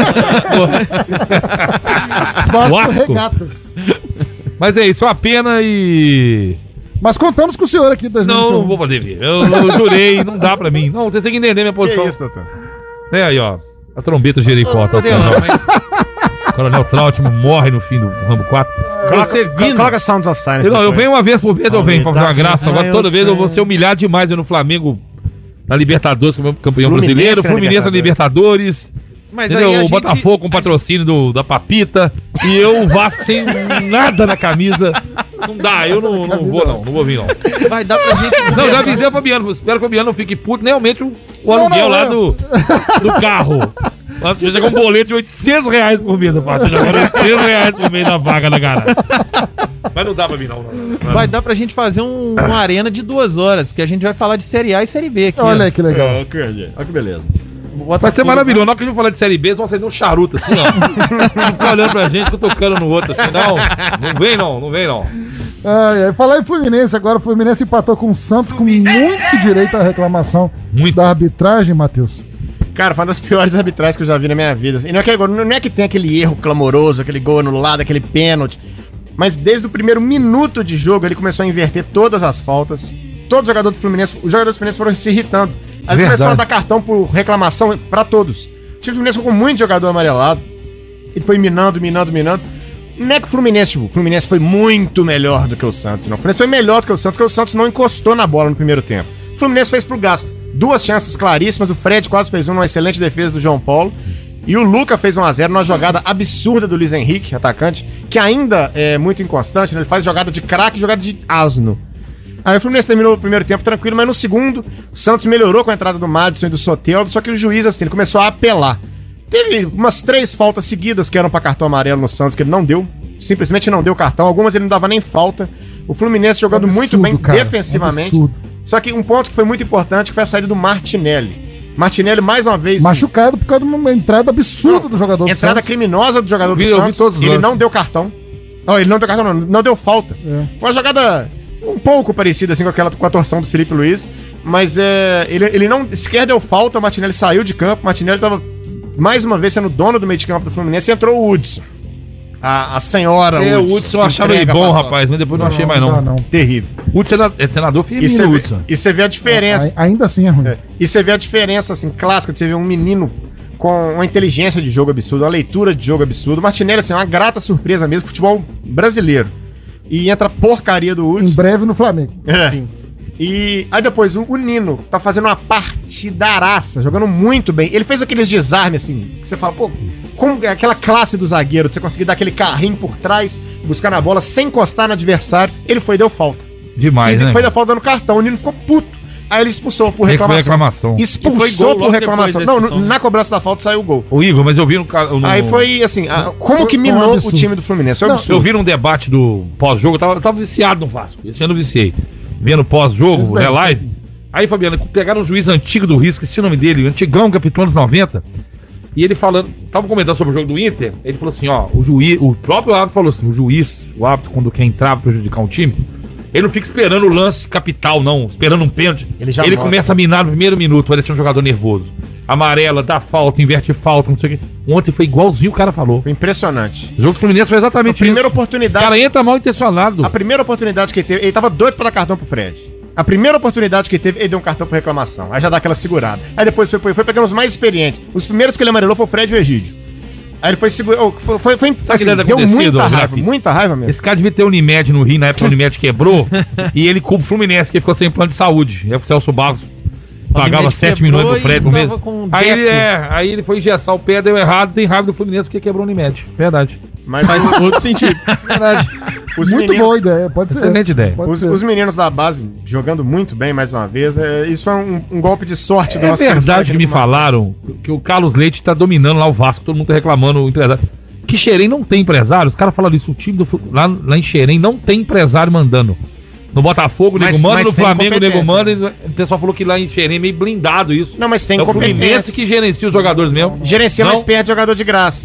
Vasco Regatas. Mas é isso, é uma pena e... Mas contamos com o senhor aqui em 2021. Não vou poder vir. Eu jurei, não dá pra mim. Não, vocês têm que entender minha posição. Que isso, doutor? Aí, ó. A trombeta Jericó. O Coronel Trautmann morre no fim do Rambo 4. Você vindo. Coloca Sounds of Silence. Não, eu venho uma vez por mês, eu venho pra fazer uma graça. Agora toda vez eu vou ser humilhado demais. Eu no Flamengo, na Libertadores, como campeão brasileiro. Fluminense na Libertadores. Mas entendeu? aí O Botafogo com patrocínio da Papita. E eu, o Vasco, sem nada na camisa. Não dá, eu não vou vir, não. Vai dar pra gente... Não, já avisei o Fabiano, espero que o Fabiano não fique puto, nem aumente o aluguel lá do carro. Já chegou um boleto de R$800 por mês, rapaz. Você jogou R$800 por mês na vaga da garagem. Mas não dá pra mim, não. Vai dar pra gente fazer uma arena de 2 horas, que a gente vai falar de Série A e Série B aqui. Olha aí que legal. Olha que beleza. Vai ser maravilhoso. Na hora que a gente falar de Série B, eles vão acender um charuto assim, ó. Ficar olhando pra gente, tocando no outro assim. Não vem não. Falar em Fluminense agora, o Fluminense empatou com o Santos com muito direito à reclamação da arbitragem, Matheus. Cara, foi uma das piores arbitragens que eu já vi na minha vida. E não é que tem aquele erro clamoroso, aquele gol anulado, aquele pênalti. Mas desde o primeiro minuto de jogo, ele começou a inverter todas as faltas. Todo jogador do Fluminense, os jogadores do Fluminense foram se irritando. Aí ele começou a dar cartão por reclamação pra todos. O time do Fluminense ficou com muito jogador amarelado. Ele foi minando. Não é que o Fluminense foi muito melhor do que o Santos, não. O Fluminense foi melhor do que o Santos, porque o Santos não encostou na bola no primeiro tempo. O Fluminense fez pro gasto. 2 chances claríssimas, o Fred quase fez uma excelente defesa do João Paulo. E o Luca fez 1-0 numa jogada absurda do Luiz Henrique, atacante, que ainda é muito inconstante, né? Ele faz jogada de craque e jogada de asno. Aí o Fluminense terminou o primeiro tempo tranquilo, mas no segundo, o Santos melhorou com a entrada do Madison e do Soteldo, só que o juiz, assim, ele começou a apelar. Teve umas 3 faltas seguidas que eram pra cartão amarelo no Santos, que ele não deu, simplesmente não deu cartão, algumas ele não dava nem falta. O Fluminense jogando muito bem defensivamente. Só que um ponto que foi muito importante, que foi a saída do Martinelli. Martinelli, mais uma vez... machucado por causa de uma entrada absurda do jogador do Santos. Entrada criminosa do jogador do Santos. Ele não deu cartão. Não deu falta. Foi uma jogada um pouco parecida assim com a torção do Felipe Luiz, mas ele não sequer deu falta, o Martinelli saiu de campo, o Martinelli estava mais uma vez sendo dono do meio de campo do Fluminense e entrou o Hudson. A senhora o Hudson eu achava ele bom, rapaz, mas depois não achei mais não. Terrível. O Hudson é senador feminino, Hudson. E você vê a diferença. Ainda assim é ruim. E você vê a diferença, assim, clássica, de você ver um menino com uma inteligência de jogo absurda, uma leitura de jogo absurda. O Martinelli, assim, é uma grata surpresa mesmo, futebol brasileiro. E entra a porcaria do Hudson. Em breve no Flamengo. Sim. E aí depois o Nino tá fazendo uma partidaraça, jogando muito bem. Ele fez aqueles desarmes assim, que você fala, pô, como aquela classe do zagueiro, de você conseguir dar aquele carrinho por trás, buscar na bola sem encostar no adversário. Ele foi e deu falta. Demais, ele né? foi dar falta dando cartão, o Nino ficou puto. Aí ele expulsou por reclamação. Expulsou por reclamação. Não, na cobrança da falta saiu o gol. O Igor, mas eu vi no... Aí foi assim, como que minou o time do Fluminense? Foi absurdo. Eu vi num debate do pós-jogo, eu tava viciado no Vasco. Esse ano eu viciei. Vendo pós-jogo, live. Aí, Fabiano, pegaram um juiz antigo do Rio, esqueci o nome dele, antigão, capitão dos 90. E ele falando, tava comentando sobre o jogo do Inter, ele falou assim, ó, o próprio árbitro falou assim, o árbitro, quando quer entrar pra prejudicar um time, ele não fica esperando o lance capital, não, esperando um pênalti. Ele começa a minar no primeiro minuto, ele tinha um jogador nervoso. Amarela, dá falta, inverte falta, não sei o quê. Ontem foi igualzinho o cara falou. Foi impressionante. O jogo do Fluminense foi exatamente isso. A primeira oportunidade... O cara entra mal intencionado. A primeira oportunidade que ele teve, ele tava doido pra dar cartão pro Fred. A primeira oportunidade que ele teve, ele deu um cartão por reclamação. Aí já dá aquela segurada. Aí depois foi pegando os mais experientes. Os primeiros que ele amarelou foi o Fred e o Egídio. Aí ele foi segurando. Assim, deu muita raiva mesmo. Esse cara devia ter Unimed no Rio, na época o Unimed quebrou. E ele culpa o Fluminense, que ficou sem plano de saúde. E aí o Celso Barros pagava 7 milhões pro Fred por mês. Aí ele foi engessar o pé, deu errado, tem raiva do Fluminense porque quebrou o Unimed. Verdade. Mas faz outro sentido. Verdade. Muito boa ideia, pode ser. Excelente ideia. Os meninos da base jogando muito bem mais uma vez. Isso é um golpe de sorte do nosso. É verdade que me falaram que o Carlos Leite tá dominando lá o Vasco, todo mundo tá reclamando, o empresário. Que Xerém não tem empresário, os caras falaram isso, o time lá em Xerém não tem empresário mandando. No Botafogo, o nego manda, no Flamengo, o nego manda. O pessoal falou que lá em Xerém é meio blindado isso. Não, mas tem competência. É o Fluminense que gerencia os jogadores mesmo. Gerencia, mas perde jogador de graça.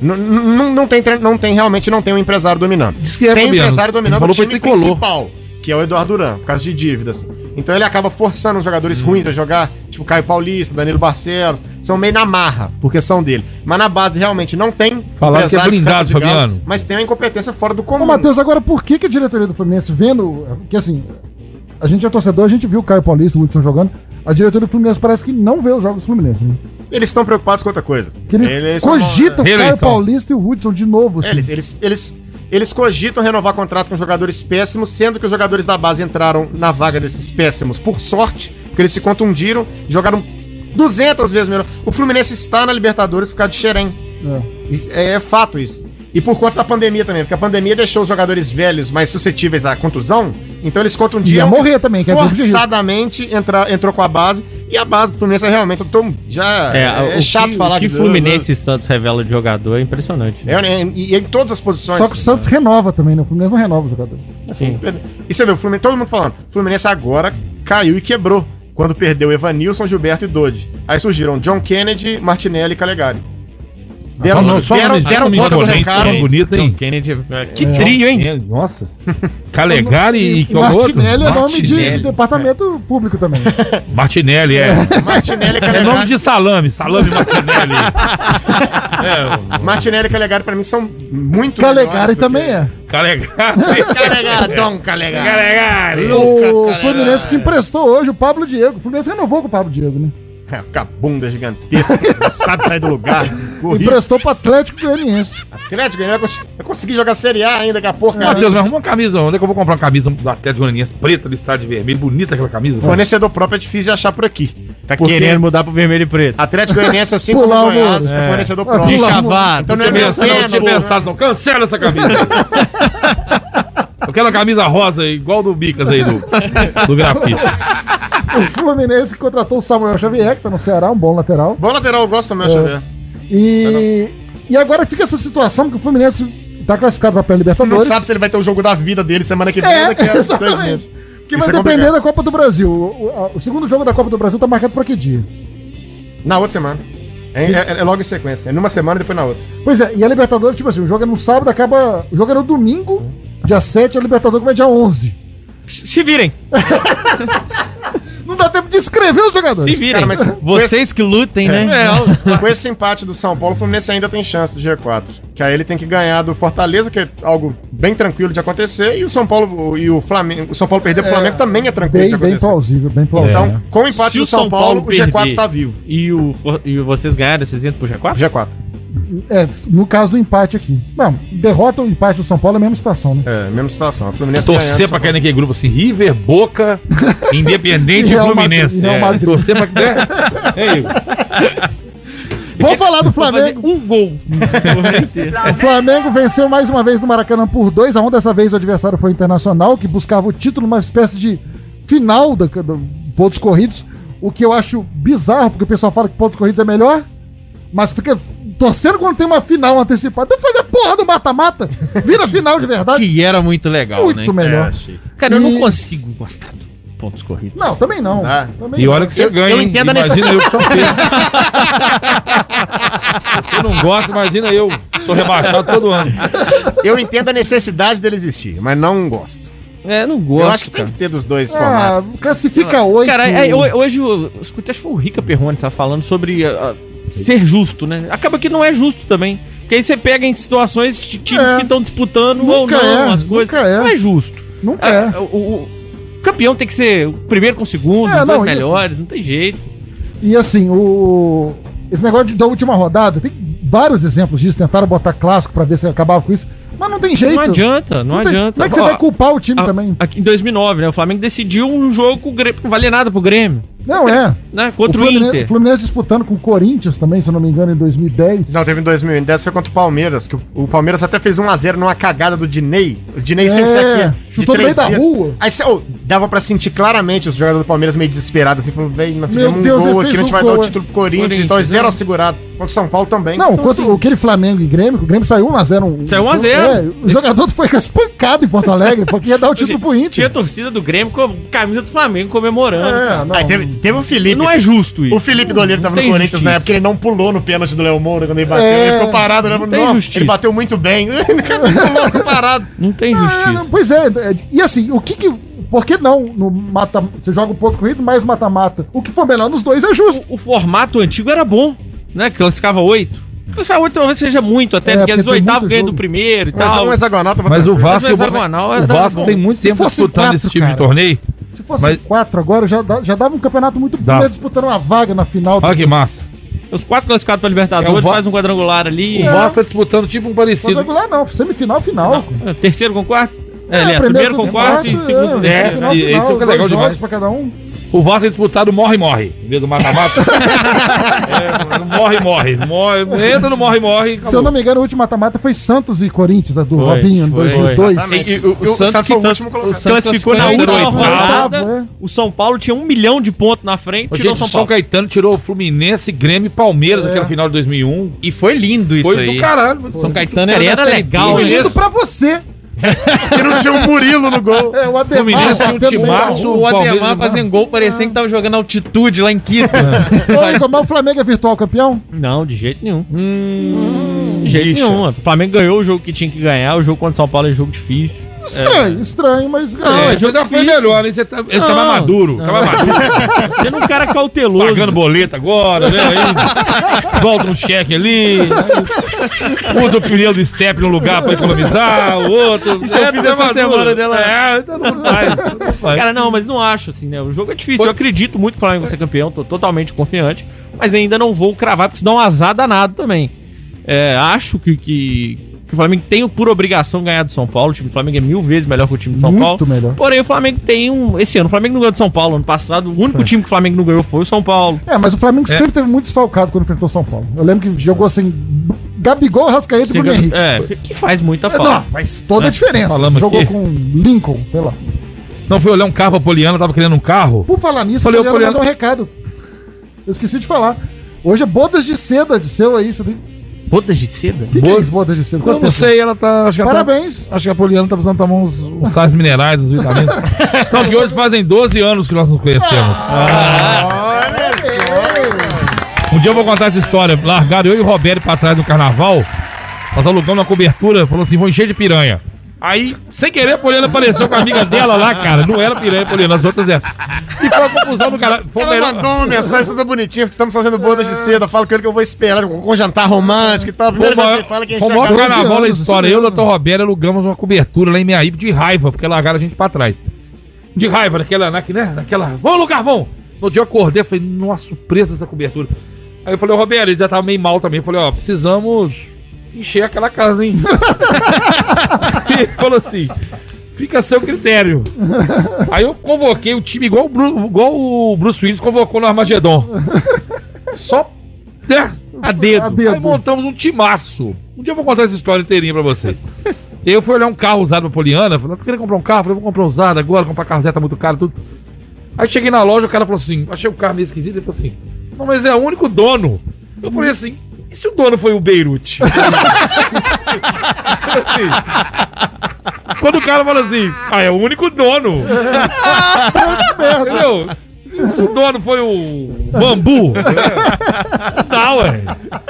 Realmente não tem um empresário dominando. Diz que tem empresário dominando o time principal, que é o Eduardo Duran, por causa de dívidas. Então ele acaba forçando os jogadores ruins a jogar, tipo Caio Paulista, Danilo Barcelos, são meio na marra, porque são dele. Mas na base realmente não tem. Falaram que é blindado, Fabiano. Mas tem uma incompetência fora do comum. Ô, Matheus, agora por que a diretoria do Fluminense, vendo que assim, a gente é torcedor, a gente viu o Caio Paulista, o Hudson jogando, a diretoria do Fluminense parece que não vê os jogos do Fluminense, né? Eles estão preocupados com outra coisa. Que eles cogitam o Caio Paulista e o Hudson de novo. Assim. Eles cogitam renovar contrato com jogadores péssimos, sendo que os jogadores da base entraram na vaga desses péssimos por sorte, porque eles se contundiram, jogaram 200 vezes melhor. O Fluminense está na Libertadores por causa de Xerém. É fato isso. E por conta da pandemia também, porque a pandemia deixou os jogadores velhos mais suscetíveis à contusão, então eles contam um dia. Ia morrer também, que forçadamente entrou com a base, e a base do Fluminense realmente é chato falar o que Fluminense e Santos revela de jogador é impressionante. E em todas as posições. Só que o Santos renova também, né? O Fluminense não renova o jogador. Sim. E você vê, o Fluminense, todo mundo falando, o Fluminense agora caiu e quebrou, quando perdeu Evanilson, Gilberto e Dodi. Aí surgiram John Kennedy, Martinelli e Calegari. Deram conta do recado. Bonito, hein? Kennedy, que trio, hein? Nossa. Calegari e que Martinelli é nome de departamento público também. Martinelli, Martinelli e é Calegari. nome de salame Martinelli. Martinelli e Calegari pra mim são muito Calegari também é. Calegari. Dom Calegari. O Fluminense que emprestou hoje o Pablo Diego. O Fluminense renovou com o Pablo Diego, né? Com a bunda gigantesca, não sabe sair do lugar. Emprestou pro Atlético Goianiense. Atlético Goianiense vai conseguir jogar Série A ainda, que a porcaria. Matheus, me arruma uma camisa. Onde é que eu vou comprar uma camisa do Atlético Goianiense preta, listrada de vermelho? Bonita aquela camisa. Fornecedor próprio é difícil de achar por aqui. Tá querendo mudar pro vermelho e preto. Atlético Goianiense, assim como o Goiás, é fornecedor próprio. De chavar. Então não é pensado, não. Cancela essa camisa. Eu quero uma camisa rosa, igual do Bicas aí, do grafite. O Fluminense contratou o Samuel Xavier, que tá no Ceará, um bom lateral. Bom lateral, eu gosto do Samuel Xavier. E agora fica essa situação que o Fluminense tá classificado pra pré-Libertadores. Não sabe se ele vai ter o jogo da vida dele semana que vem ou daqui a 2 meses. Que vai depender da Copa do Brasil. O segundo jogo da Copa do Brasil tá marcado pra que dia? Na outra semana. É logo em sequência. É numa semana e depois na outra. Pois é, e a Libertadores, tipo assim, o jogo é no sábado, acaba. O jogo é no domingo, dia 7, a Libertadores vai dia 11. Se virem! Não dá tempo de escrever os jogadores. Se virem. Cara, mas vocês que lutem, né? Com esse empate do São Paulo, o Fluminense ainda tem chance do G4. Que aí ele tem que ganhar do Fortaleza, que é algo bem tranquilo de acontecer, e o São Paulo e o Flamengo. O São Paulo perder pro Flamengo também é tranquilo de acontecer. Bem plausível, bem plausível. Então, com o empate do São Paulo, o G4 tá vivo. E vocês ganharam, vocês entram pro G4? G4. No caso do empate aqui. Não, derrota ou empate do São Paulo é a mesma situação, né? Mesma situação. A Fluminense torcer pra cair naquele grupo assim, River, Boca, Independente e Fluminense. Torcer pra cair. Vamos falar do Flamengo. Um gol. O Flamengo venceu mais uma vez no Maracanã por 2-1. Dessa vez o adversário foi o Internacional, que buscava o título, uma espécie de final do pontos corridos. O que eu acho bizarro, porque o pessoal fala que pontos corridos é melhor, mas fica torcendo quando tem uma final antecipada. Então fazer porra do mata-mata. Vira final de verdade. Que era muito legal, muito né? Muito melhor. Cara, eu não consigo gostar de pontos corridos. Não, também não. E olha que você ganha, eu entendo imagina eu que sou feio. Você não gosta, imagina eu. Sou rebaixado todo ano. Eu entendo a necessidade dele existir, mas não gosto. Não gosto. Eu acho que tem que ter dos dois formatos. Classifica 8. Cara, hoje eu escutei, acho que foi o Rica Perrone, tava falando sobre ser justo, né? Acaba que não é justo também. Porque aí você pega em situações times que estão disputando ou não as coisas. Não é justo. Nunca é. O campeão tem que ser o primeiro com o segundo, os dois melhores, não tem jeito. E assim, esse negócio da última rodada, tem vários exemplos disso. Tentaram botar clássico pra ver se acabava com isso. Mas não tem jeito. Não adianta. Como é que você vai culpar o time também? Aqui em 2009, né? O Flamengo decidiu um jogo com o Grêmio, não valia nada pro Grêmio. Não, né? Contra o Inter. O Fluminense disputando com o Corinthians também, se eu não me engano, em 2010. Não, teve em 2010, foi contra o Palmeiras, que o Palmeiras até fez 1-0 numa cagada do Diney. O Diney sem ser aqui. Chutou no meio da rua. Aí dava pra sentir claramente os jogadores do Palmeiras meio desesperados, assim, falando, velho, nós fizemos um gol aqui, não te vai dar o título pro Corinthians, então eles deram assegurado. Contra o São Paulo também. Não, então, contra aquele Flamengo e Grêmio, o Grêmio saiu 1-0. Saiu 1-0. O jogador foi espancado em Porto Alegre, porque ia dar o título pro Inter. Tinha a torcida do Grêmio com camisa do Flamengo comemorando. Aí teve o Felipe. Não é justo isso. O Felipe goleiro tava no Corinthians na época, ele não pulou no pênalti do Léo Moura quando ele bateu. Ele ficou parado, né? Ele bateu muito bem. Ele pulou, ficou parado. Não tem justiça. Pois é. E assim, por que não no mata? Você joga o ponto corrido mais mata-mata. O que for melhor nos dois é justo. O formato antigo era bom, né? Que classificava 8. Classificar 8 talvez seja muito, até porque os oitavos ganham do primeiro e tal. Mas o Vasco tem muito tempo disputando esse tipo de torneio. Se fosse 4 agora, já dava um campeonato muito bom, disputando uma vaga na final. Olha que massa. Os 4 classificados para Libertadores faz um quadrangular ali. O Vasco tá disputando tipo um parecido. Quadrangular não, semifinal, final. Terceiro com quarto? Ele é primeiro com quarto e segundo com terceiro. Esse é o que é legal demais. Pra cada um. O Vasco é disputado morre-morre. Em vez do mata-mata. Morre-morre. Entra no morre-morre. Se eu não me engano, o último mata-mata foi Santos e Corinthians, a do Robinho, em 2002. O Santos foi o último classificou na última rodada. O São Paulo tinha 1 milhão de pontos na frente. Tirou o São Caetano tirou o Fluminense, Grêmio e Palmeiras naquela final de 2001. E foi lindo isso aí. Foi do caralho. São Caetano era legal. Foi lindo pra você. Que não tinha um Murilo no gol. O Ademar tinha um timaço. O Ademar fazendo gol parecia que tava jogando altitude lá em Quito. Ô, Igor, mas o Flamengo é virtual campeão? Não, de jeito nenhum. De jeito nenhum. O Flamengo ganhou o jogo que tinha que ganhar. O jogo contra o São Paulo é jogo difícil. Estranho, mas... Não, já foi melhor, hein? Você tá mais maduro. Tá mais maduro. Você é um cara cauteloso. Pagando boleto agora, né? Aí, volta um cheque ali. Usa o pneu do step no lugar pra economizar. O outro... Isso eu fiz essa semana dela. Então não faz. Cara, não, mas não acho assim, né? O jogo é difícil. Eu acredito muito que o Flamengo vai ser campeão. Tô totalmente confiante. Mas ainda não vou cravar, porque senão dá um azar danado também. Acho que o Flamengo tem por obrigação ganhar do São Paulo. O time do Flamengo é 1000 vezes melhor que o time de São Paulo. Muito melhor. Porém, o Flamengo tem esse ano, o Flamengo não ganhou do São Paulo. Ano passado, o único time que o Flamengo não ganhou foi o São Paulo. Mas o Flamengo sempre teve muito desfalcado quando enfrentou o São Paulo. Eu lembro que jogou assim, Gabigol, Rascaeta e Bruno Henrique. Que faz muita falta. Não, faz toda a diferença. Jogou aqui com Lincoln, sei lá. Não, fui olhar um carro pra Poliana, tava querendo um carro. Por falar nisso, a Poliana mandou um recado. Eu esqueci de falar. Hoje é bodas de seda de seu aí, você tem... Bodas de seda? O que é isso, bodas de seda? Eu não sei, ela tá... Parabéns. Acho que a Poliana tá precisando tomar uns sais minerais, uns vitaminas. Então, que hoje fazem 12 anos que nós nos conhecemos. Olha só. Um dia eu vou contar essa história. Largaram eu e o Roberto pra trás do carnaval. Nós alugamos uma cobertura, falou assim, vou encher de piranha. Aí, sem querer, a Poliana apareceu com a amiga dela lá, cara. Não era piranha, Poliana, as outras eram. E foi uma confusão do caralho. Ela mandou uma mensagem toda bonitinha, que estamos fazendo bodas de seda. Fala com ele que eu vou esperar, com um jantar romântico e tal. Primeiro que você fala que foi o maior carnaval da história. Eu e o Dr. Roberto alugamos uma cobertura lá em Meaíba de raiva, porque largaram a gente pra trás. De raiva, naquela... Vamos alugar, vamos! No dia eu acordei, falei, nossa, surpresa essa cobertura. Aí eu falei, Roberto, ele já tava meio mal também. Eu falei, precisamos encher aquela casa, hein? E ele falou assim, fica a seu critério. Aí eu convoquei o time igual o Bruce Willis convocou no Armagedon. Só a dedo. Aí montamos um timaço. Um dia eu vou contar essa história inteirinha pra vocês. Eu fui olhar um carro usado pra Poliana, falei, tô querendo comprar um carro, falei, vou comprar usado agora, comprar carro zero tá muito caro, tudo. Aí cheguei na loja, o cara falou assim, achei o carro meio esquisito, ele falou assim, não, mas é o único dono. Eu falei assim, e se o dono foi o Beirute? Quando o cara fala assim, é o único dono. Entendeu? Se o dono foi o Bambu. Não, ué.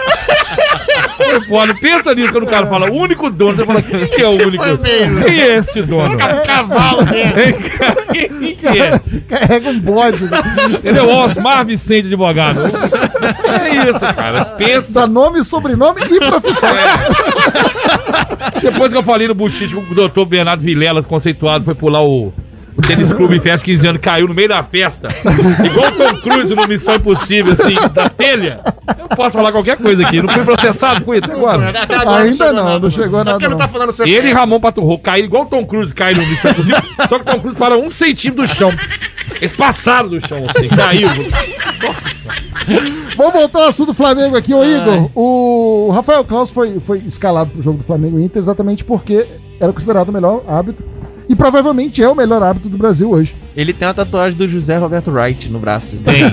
Foi foda. Pensa nisso quando o cara fala o único dono. Você fala, quem é o único? Quem é esse dono? Cavalo dele. Quem que é? Carrega um bode. Entendeu? Osmar Vicente, advogado. É isso, cara. Pensa. Dá nome, sobrenome e profissão. Depois que eu falei no buchiche com o doutor Bernardo Vilela, conceituado, foi pular o tênis clube em festa 15 anos, caiu no meio da festa. Igual o Tom Cruise no Missão Impossível, assim, da telha. Eu posso falar qualquer coisa aqui. Não fui processado? Fui até agora. Ainda não chegou nada. Não tá falando Ele e Ramon Paturro caíram igual o Tom Cruise caiu no Missão Impossível. Só que o Tom Cruise para 1 centímetro do chão. Eles passaram do chão, assim, caiu. Nossa. Vamos voltar ao assunto do Flamengo aqui, ô Igor. O Rafael Claus foi escalado pro jogo do Flamengo e Inter exatamente porque era considerado o melhor árbitro. E provavelmente é o melhor árbitro do Brasil hoje. Ele tem uma tatuagem do José Roberto Wright no braço. Tem.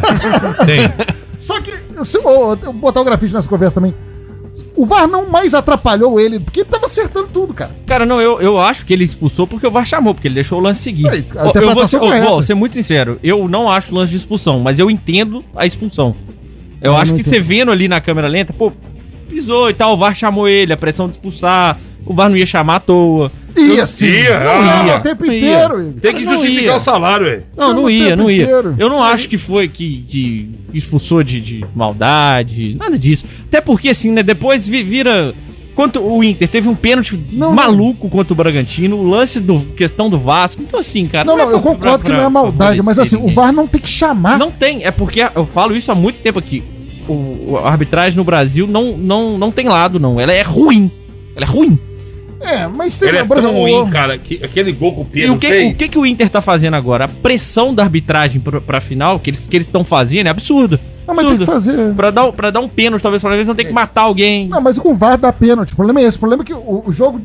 Só que, eu vou botar o grafite nessa conversa também. O VAR não mais atrapalhou ele, porque ele tava acertando tudo, cara. Cara, não, eu acho que ele expulsou porque o VAR chamou, porque ele deixou o lance seguir. Eu vou ser muito sincero, eu não acho lance de expulsão, mas eu entendo a expulsão. Eu acho que você vendo ali na câmera lenta, pisou e tal, o VAR chamou ele, a pressão de expulsar, o VAR não ia chamar à toa. Ia sim. O tempo inteiro. Tem que justificar o salário, velho. Não ia. Eu não acho que foi que expulsou de maldade, nada disso. Até porque, assim, né, depois vira... Quanto o Inter teve um pênalti maluco contra o Bragantino, o lance questão do Vasco. Então, assim, cara... Eu concordo que não é maldade, mas assim, o VAR não tem que chamar. Não tem, é porque eu falo isso há muito tempo aqui. A arbitragem no Brasil não tem lado, não. Ela é ruim. Ela é ruim. Mas tem, Ele é por tão exemplo, ruim, cara, que aquele gol que o Pedro O que o Inter tá fazendo agora? A pressão da arbitragem pra final que eles estão fazendo é absurda. Não, mas tem que fazer. Pra dar um pênalti, talvez, pra vez não tem que matar alguém. Não, mas com o VAR dá pênalti. O problema é esse. O problema é que o jogo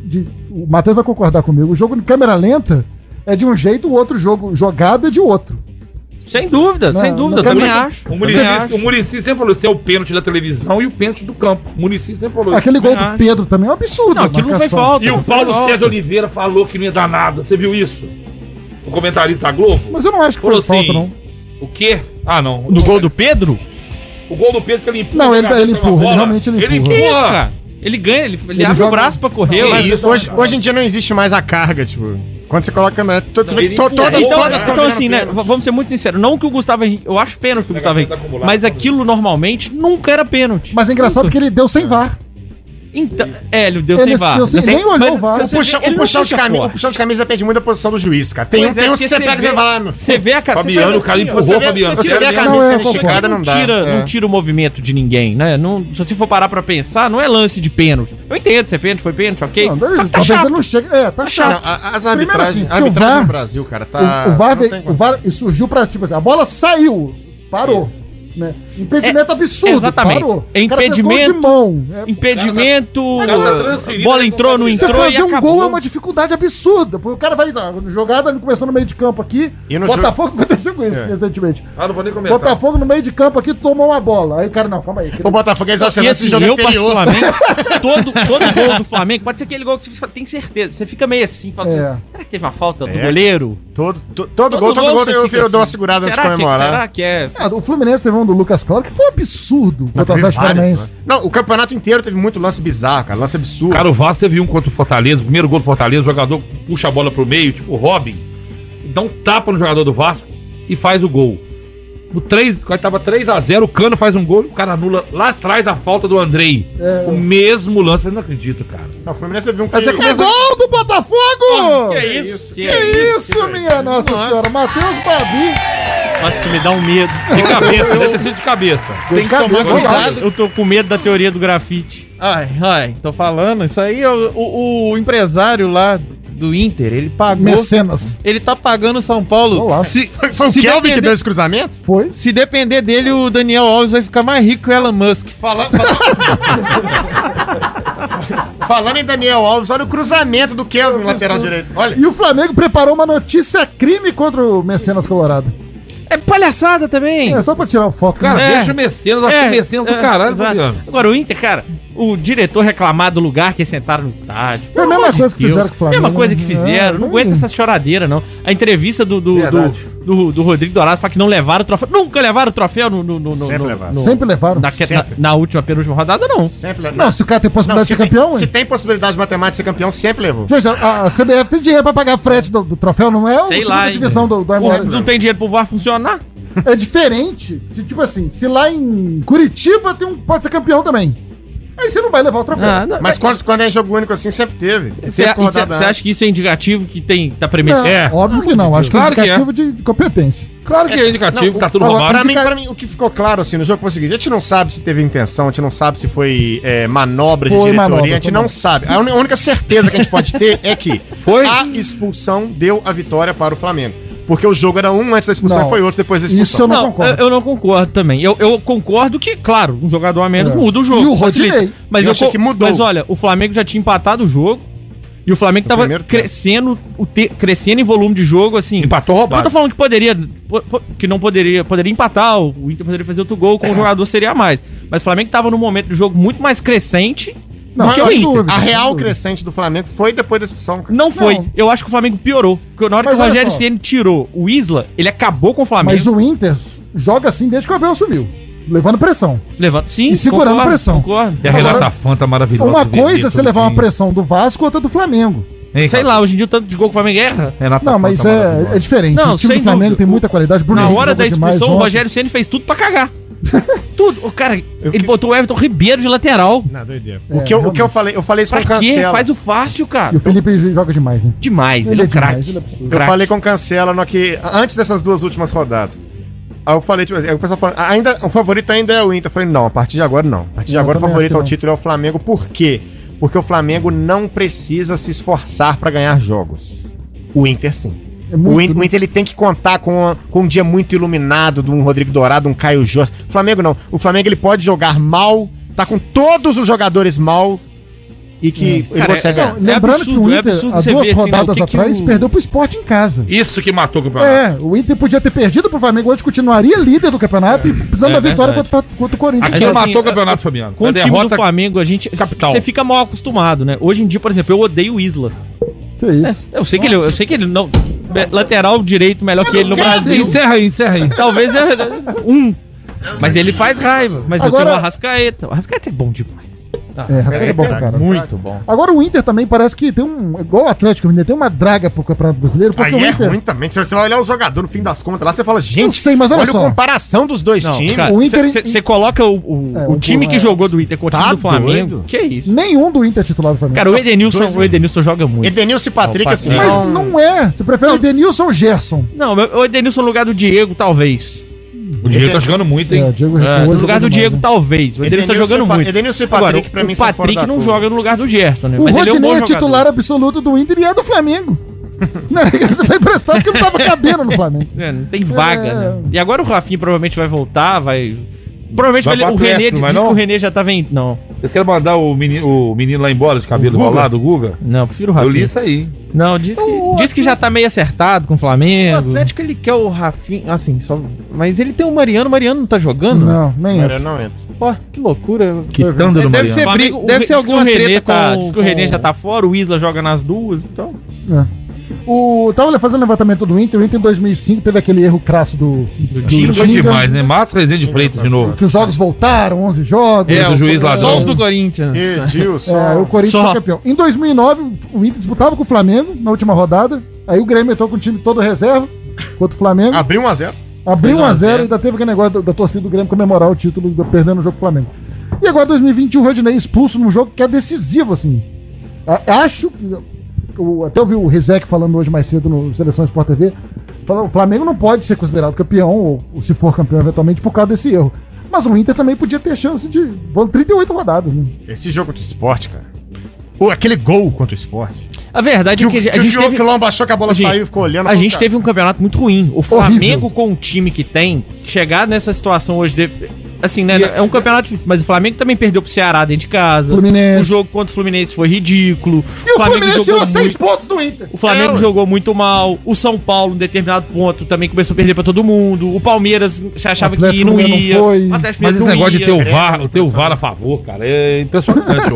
o Matheus vai concordar comigo. O jogo de câmera lenta é de um jeito, o outro jogo jogado é de outro. Sem dúvida, eu também acho. O Muricy sempre falou isso, tem o pênalti da televisão e o pênalti do campo. O Muricy sempre falou isso. Aquele gol do Pedro também é um absurdo. Não, aquilo não foi falta. E o Paulo Sérgio Oliveira falou que não ia dar nada. Você viu isso? O comentarista da Globo. Mas eu não acho que foi falta, não. O quê? Ah, não. No gol do Pedro? O gol do Pedro que ele empurra. Não, ele empurra. Ele realmente empurra. Ele empurra. Isso, cara. Ele ganha, ele abre o braço pra correr. Mas hoje em dia não existe mais a carga, tipo... Quando você coloca a câmera, todas Então assim, né, vamos ser muito sinceros, não que o Gustavo Henrique, eu acho pênalti o Gustavo Henrique, mas aquilo normalmente nunca era pênalti. Mas é engraçado que ele deu sem VAR. Então, ele deu sem VAR. Nem olhou o VAR. O puxão de camisa depende muito da posição do juiz, cara. Tem uns que você pega e vai lá. Você vê a cara. Fabiano, o cara empurrou, Fabiano. Você vê a camisa esticada, não dá. Não tira o movimento de ninguém, né? Se você for parar pra pensar, não é lance de pênalti. Eu entendo se é pênalti, foi pênalti, ok? Só que tá chato. Não chega, tá chato. As arbitragens no Brasil, cara, tá... O VAR surgiu pra, tipo assim, a bola saiu, parou. Né? Impedimento absurdo, exatamente. Parou. É impedimento de mão. Impedimento, bola entrou, não entrou. Você fazer um gol é uma dificuldade absurda. Porque o cara vai jogada, começou no meio de campo aqui. Botafogo aconteceu com isso recentemente. Não vou nem comentar. Botafogo no meio de campo aqui tomou uma bola. Aí o cara, não, calma aí. O Botafogo é exagerado esse jogo anterior. Todo gol do Flamengo pode ser aquele gol que você tem certeza. Você fica meio assim, fala assim, será que teve uma falta do goleiro? Todo gol eu dou uma segurada antes de comemorar. Será que é? O Fluminense teve um do Lucas Claro que foi um absurdo. Não, o campeonato inteiro teve muito lance bizarro, cara. Lance absurdo. Cara, o Vasco teve um contra o Fortaleza. O primeiro gol do Fortaleza, o jogador puxa a bola pro meio, tipo o Robin, dá um tapa no jogador do Vasco e faz o gol. No 3, quando tava 3-0, o Cano faz um gol e o cara anula lá atrás a falta do Andrei. O mesmo lance. Eu não acredito, cara. Não, o Fluminense viu um cara. É gol do Botafogo! Que isso? Que isso, minha Nossa Senhora. Matheus Babi. Nossa, isso me dá um medo. De cabeça, deve ter sido de cabeça. Tem que tomar cuidado. Eu tô com medo da teoria do grafite. Tô falando. Isso aí, o empresário lá do Inter, ele pagou... Mecenas. Ele tá pagando São Paulo. Foi o Kelvin que deu esse cruzamento? Foi. Se depender dele, o Daniel Alves vai ficar mais rico que o Elon Musk. Falando em Daniel Alves, olha o cruzamento do Kelvin, lateral direito. Olha. E o Flamengo preparou uma notícia crime contra o Mecenas Colorado. É palhaçada também. É só pra tirar o foco. Cara, deixa o Mecenas, eu achei Mecenas do caralho, Fabiano. Agora, o Inter, cara, o diretor reclamar do lugar que sentaram no estádio. É a mesma coisa que fizeram com o Flamengo. Mesma coisa que fizeram. Não aguenta essa choradeira, não. A entrevista do Rodrigo Dourado fala que não levaram o troféu. Nunca levaram o troféu Sempre levaram. Na última, penúltima rodada, não. Sempre levaram. Não, se o cara tem possibilidade de ser campeão, se tem possibilidade matemática de ser campeão, sempre levou. Gente, a CBF tem dinheiro pra pagar frete do troféu, não é? Sei lá. Divisão do não tem dinheiro pro VAR funcionar? É diferente. Se, tipo assim, se lá em Curitiba pode ser campeão também. Aí você não vai levar o troféu. Mas quando é jogo único assim, sempre teve. Você acha que isso é indicativo que tá permitido? Óbvio que não. Acho que é indicativo de competência. Claro que é indicativo, tá tudo roubado. Pra mim, o que ficou claro assim no jogo foi o seguinte: a gente não sabe se teve intenção, a gente não sabe se foi manobra de diretoria, a gente não sabe. A única certeza que a gente pode ter é que a expulsão deu a vitória para o Flamengo. Porque o jogo era um antes da expulsão e foi outro depois da expulsão. Isso eu não concordo. Eu não concordo também. Eu concordo que, claro, um jogador a menos muda o jogo. E o Rodinei. Mas eu achei que mudou. Mas olha, o Flamengo já tinha empatado o jogo. E o Flamengo tava crescendo em volume de jogo, assim. Empatou roubado. Eu tô falando que não poderia empatar, o Inter poderia fazer outro gol com o jogador seria a mais. Mas o Flamengo tava num momento do jogo muito mais crescente. Não, a real crescente do Flamengo foi depois da expulsão. Não foi. Eu acho que o Flamengo piorou. Porque na hora que o Rogério Ceni tirou o Isla, ele acabou com o Flamengo. Mas o Inter joga assim desde que o Abel subiu. Levando pressão. Sim, e segurando pressão. Concordo. E a Renata Fanta maravilhosa. Uma coisa é você levar uma pressão do Vasco, outra do Flamengo. Sei lá, hoje em dia o tanto de gol que o Flamengo erra. Não, mas é diferente. O time do Flamengo tem muita qualidade. Na hora da expulsão, o Rogério Ceni fez tudo pra cagar. Tudo. O cara, ele botou o Everton Ribeiro de lateral. Doideira. O que eu falei isso com o Cancela. Faz o fácil, cara. E o Felipe joga demais, né? Demais, ele é craque. Eu falei com o Cancela antes dessas duas últimas rodadas. Aí eu falei, tipo, o pessoal falou, o favorito ainda é o Inter. Eu falei, não, a partir de agora não. A partir de agora o favorito ao título é o Flamengo. Por quê? porque o Flamengo não precisa se esforçar pra ganhar jogos. O Inter, sim. O Inter ele tem que contar com um dia muito iluminado de um Rodrigo Dourado, um Caio Jorge. O Flamengo não. O Flamengo ele pode jogar mal, tá com todos os jogadores mal e que ele consegue ganhar. Lembrando que o Inter, há 2 rodadas atrás, perdeu pro Sport em casa. Isso que matou o campeonato. O Inter podia ter perdido pro Flamengo, hoje continuaria líder do campeonato e precisando da vitória contra o Corinthians. Aqui matou o campeonato, Fabiano. Com o time do Flamengo, você fica mal acostumado, né? Hoje em dia, por exemplo, eu odeio o Isla. Que isso? Eu sei que ele não... Lateral direito melhor que ele no Brasil. Encerra aí. Talvez Mas ele faz raiva. Mas agora, eu tenho o Arrascaeta. O Arrascaeta é bom demais. Arrascaeta é bom, cara. Muito bom. Agora o Inter também parece que tem igual o Atlético, tem uma draga pro Campeonato Brasileiro. Aí o Inter... ruim também. Se você vai olhar o jogador no fim das contas lá, você fala, gente, eu sei, mas olha só. a comparação dos dois times. Cara, você coloca o time que jogou do Inter com o time do Flamengo. Doido. Que é isso? Nenhum do Inter é titular do Flamengo. Cara, o Edenilson joga muito. Edenilson e Patrick, assim. Mas não é. Você prefere o Edenilson ou o Gerson? Não, o Edenilson no lugar do Diego, talvez. O Diego tá jogando muito, hein? No lugar do Diego, talvez. O Edenilson tá jogando muito. Edenilson e Patrick, pra mim, o Patrick não joga no lugar do Gerson, né? O Rodinei é titular absoluto do Inter e é do Flamengo. Você vai emprestar porque não tava cabendo no Flamengo. Não tem vaga, né? E agora o Rafinha provavelmente vai voltar, Provavelmente o René diz que o René já tá vendo. Não. Vocês querem mandar o menino lá embora de cabelo enrolado, o Guga? Não, prefiro o Rafinha. Eu li isso aí. Não, diz que já tá meio acertado com o Flamengo. O Atlético ele quer o Rafinha, assim, só. Mas ele tem o Mariano não tá jogando? Não, nem Mariano não entra. Ó, que loucura. Quitando do Deve Mariano. Deve ser alguma treta com... Diz que o René já tá fora, o Isla joga nas duas, então... Tava fazendo o levantamento do Inter. O Inter em 2005 teve aquele erro crasso do time. Foi demais, né? Márcio Rezende de Freitas de novo. Que os jogos voltaram, 11 jogos. O juiz ladrão. Só os do Corinthians. O Corinthians foi campeão. Em 2009, o Inter disputava com o Flamengo na última rodada. Aí o Grêmio entrou com o time todo reserva contra o Flamengo. Abriu 1-0. Abriu 1-0 e ainda teve aquele negócio da torcida do Grêmio comemorar o título perdendo o jogo do Flamengo. E agora 2021 o Rodinei expulso num jogo que é decisivo, assim. Acho que... Até ouvi o Rizek falando hoje mais cedo no Seleção Sport TV. Falando, o Flamengo não pode ser considerado campeão, ou se for campeão eventualmente, por causa desse erro. Mas o Inter também podia ter chance de... Vão 38 rodadas, né? Esse jogo contra o Sport, cara. Aquele gol contra o Sport. A verdade é que a gente teve... Que o Lomba achou que a bola saiu e ficou olhando. A gente teve um campeonato muito ruim. O Flamengo, com o time que tem, chegar nessa situação hoje... Assim, né? É um campeonato difícil, mas o Flamengo também perdeu pro Ceará dentro de casa. Fluminense. O jogo contra o Fluminense foi ridículo. E o Fluminense tirou 6 pontos do Inter. O Flamengo jogou muito mal. O São Paulo, em determinado ponto, também começou a perder pra todo mundo. O Palmeiras achava que não ia. Mas esse negócio de ter o VAR a favor, cara, é impressionante.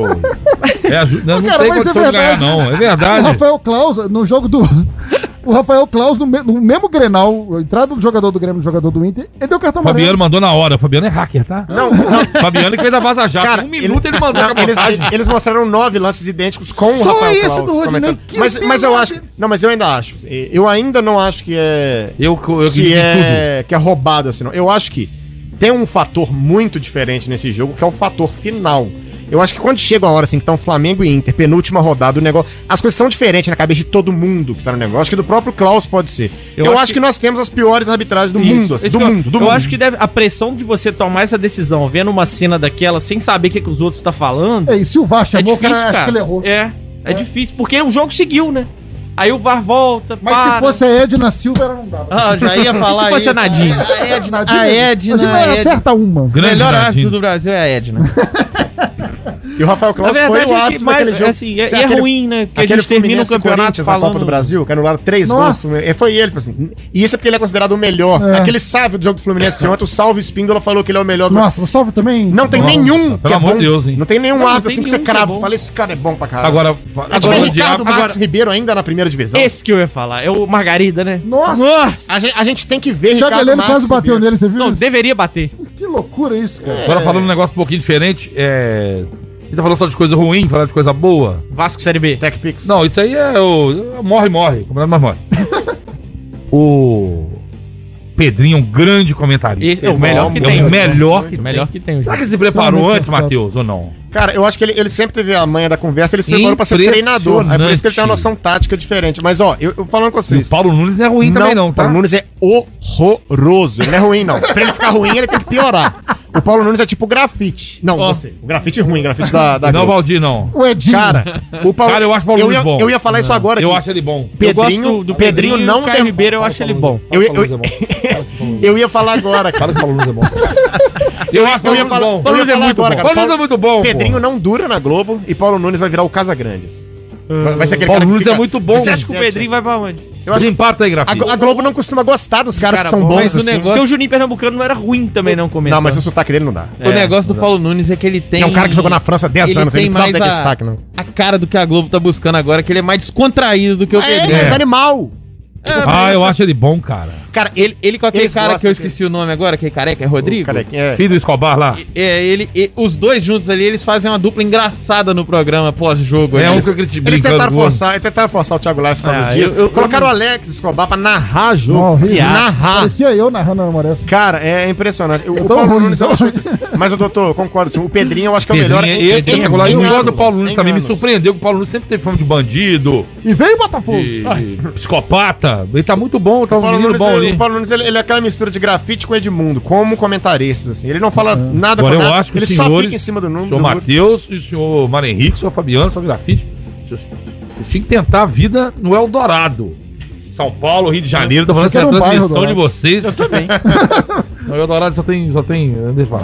Não tem condição de ganhar, não. É verdade. O Rafael Claus, no jogo do... O Rafael Claus, no mesmo Grenal, a entrada do jogador do Grêmio no jogador do Inter, ele deu cartão amarelo. Fabiano mandou na hora. O Fabiano é hacker, tá? Não. Fabiano que fez a Vaza Jato. Cara, 1 minuto ele mandou a cabotagem. Eles mostraram 9 lances idênticos com Só o Rafael esse Claus. do Rodinei. Mas eu acho... Não, mas eu ainda acho. Eu ainda não acho que é... que é roubado, assim, não. Eu acho que tem um fator muito diferente nesse jogo, que é o fator final. Eu acho que quando chega a hora, assim, que estão Flamengo e Inter, penúltima rodada, o negócio... As coisas são diferentes na cabeça de todo mundo que tá no negócio. Acho que do próprio Klaus pode ser. Eu acho que nós temos as piores arbitragens do mundo, assim, do mundo. Eu acho que a pressão de você tomar essa decisão, vendo uma cena daquela, sem saber o que os outros estão falando... E se o VAR chamou, difícil, cara, acho que ele errou. É difícil, porque o jogo seguiu, né? Aí o VAR volta, Mas se fosse a Edna Silva, ela não dava. Já ia falar isso. Se fosse a Nadine. A Edna acerta uma. O melhor árbitro do Brasil é a Edna. E o Rafael Claus foi o árbitro daquele jogo. Assim, é ruim, né? Que a gente termina o campeonato falando... na Copa do Brasil, que anularam 3 gols. Foi ele, assim. E isso é porque ele é considerado o melhor. Aquele salve do jogo do Fluminense ontem, o Salve Espíndola falou que ele é o melhor. Nossa, o Salve também... Não tem nenhum que é bom. Deus, hein? Não tem nenhum árbitro assim que você crava. Você fala, esse cara é bom pra caralho. Agora Ricardo Marques Ribeiro ainda na primeira divisão. Esse que eu ia falar. É o Margarida, né? Nossa! A gente tem que ver Ricardo Marques quase bateu nele, você viu? Não, deveria bater. Que loucura isso, cara. Agora falando um negócio um pouquinho diferente, ele tá falando só de coisa ruim, falando de coisa boa. Vasco Série B. TechPix. Não, isso aí é o... Morre. Mas morre. O Pedrinho é um grande comentarista. Esse é o melhor que tem. O melhor que tem. Será que ele se preparou antes, Matheus, ou não? Cara, eu acho que ele sempre teve a manha da conversa, ele se preparou pra ser treinador. É por isso que ele tem uma noção tática diferente. Mas, ó, eu falando com vocês... E o Paulo Nunes não é ruim também, não, tá? O Paulo Nunes é horroroso. Ele não é ruim, não. Pra ele ficar ruim, ele tem que piorar. O Paulo Nunes é tipo grafite. Não, você. O grafite ruim, grafite da Não, Globo. Valdir, não. O Edinho. Cara, o Paulo... Cara, eu acho o Paulo Nunes bom. Eu ia falar isso agora. Eu acho ele bom. Pedrinho, do Pedrinho não o Caio tem... Ribeiro, eu acho ele bom. Eu ia falar agora. Fala que o Paulo Nunes é bom. Eu acho o Paulo Nunes bom. Paulo Nunes é muito bom. Paulo Nunes é muito bom. Pedrinho não dura na Globo e Paulo Nunes vai virar o Casagrandes. Vai ser aquele Paulo cara que Nunes fica é muito bom. Você acha que o Pedrinho vai pra onde? Eu acho empata aí, grafite. A Globo não costuma gostar dos caras que são bons. Mas o assim. negócio... Porque o Juninho Pernambucano não era ruim também, não comenta. Não, mas o sotaque dele não dá. O negócio do Paulo Nunes é que ele tem... É um cara que jogou na França há 10 anos, ele não precisava ter destaque, não. A cara do que a Globo tá buscando agora, que ele é mais descontraído do que o Pedrinho. Mas animal. Eu acho ele bom, cara. Cara, ele com aquele cara que eu esqueci o nome agora, que é careca, é Rodrigo? Filho do Escobar lá. Os dois juntos ali, eles fazem uma dupla engraçada no programa pós-jogo. Eles tentaram forçar o Thiago Live por causa disso. Colocaram o Alex Escobar pra narrar jogo. Narrar. Parecia eu narrando a memória. Cara, é impressionante. O Paulo Nunes, eu acho... Mas o doutor, concordo assim, o Pedrinho eu acho que é o melhor. Eu gosto do Paulo Nunes também. Me surpreendeu que o Paulo Nunes sempre teve fama de bandido. E veio Botafogo. Psicopata. Ele tá muito bom, tá um menino bom ali. O Paulo Nunes, ele é aquela mistura de grafite com Edmundo, como comentarista, assim. Ele não fala nada Agora com eu nada, acho que ele os só senhores, fica em cima do número. O senhor Matheus, e o senhor Mário Henrique, o senhor Fabiano, o senhor Grafite, vocês tinham que tentar a vida no Eldorado. São Paulo, Rio de Janeiro, tô falando essa transmissão de vocês. Eu também. No Eldorado só tem. Deixa eu falar.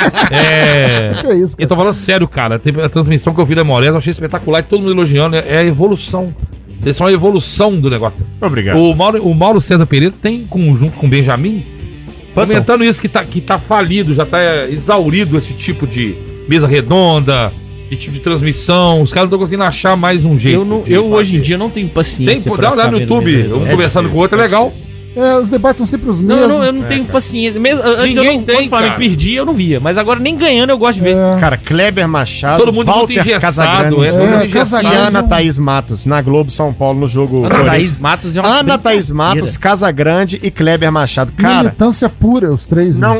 Que é isso, cara? Eu tô falando sério, cara. A transmissão que eu vi da Morés, eu achei espetacular e todo mundo elogiando. É a evolução. Vocês são a evolução do negócio. Obrigado. O Mauro César Pereira tem, junto com o Benjamin, comentando isso, que tá falido, já tá exaurido esse tipo de mesa redonda, de tipo de transmissão. Os caras não estão conseguindo achar mais um jeito. Eu hoje em dia não tenho paciência. Dá uma olhada no YouTube, um conversando com o outro, é legal. Os debates são sempre os mesmos. Eu não tenho paciência. Antes quando o Flamengo perdia, eu não via. Mas agora nem ganhando eu gosto de ver. Cara, Kleber Machado, todo mundo muito engessado. Ana Thaís Matos, na Globo São Paulo, no jogo. Ana Thaís Matos é uma Ana Thaís Matos, Casagrande e Kleber Machado. Cara, militância pura, os três. Não,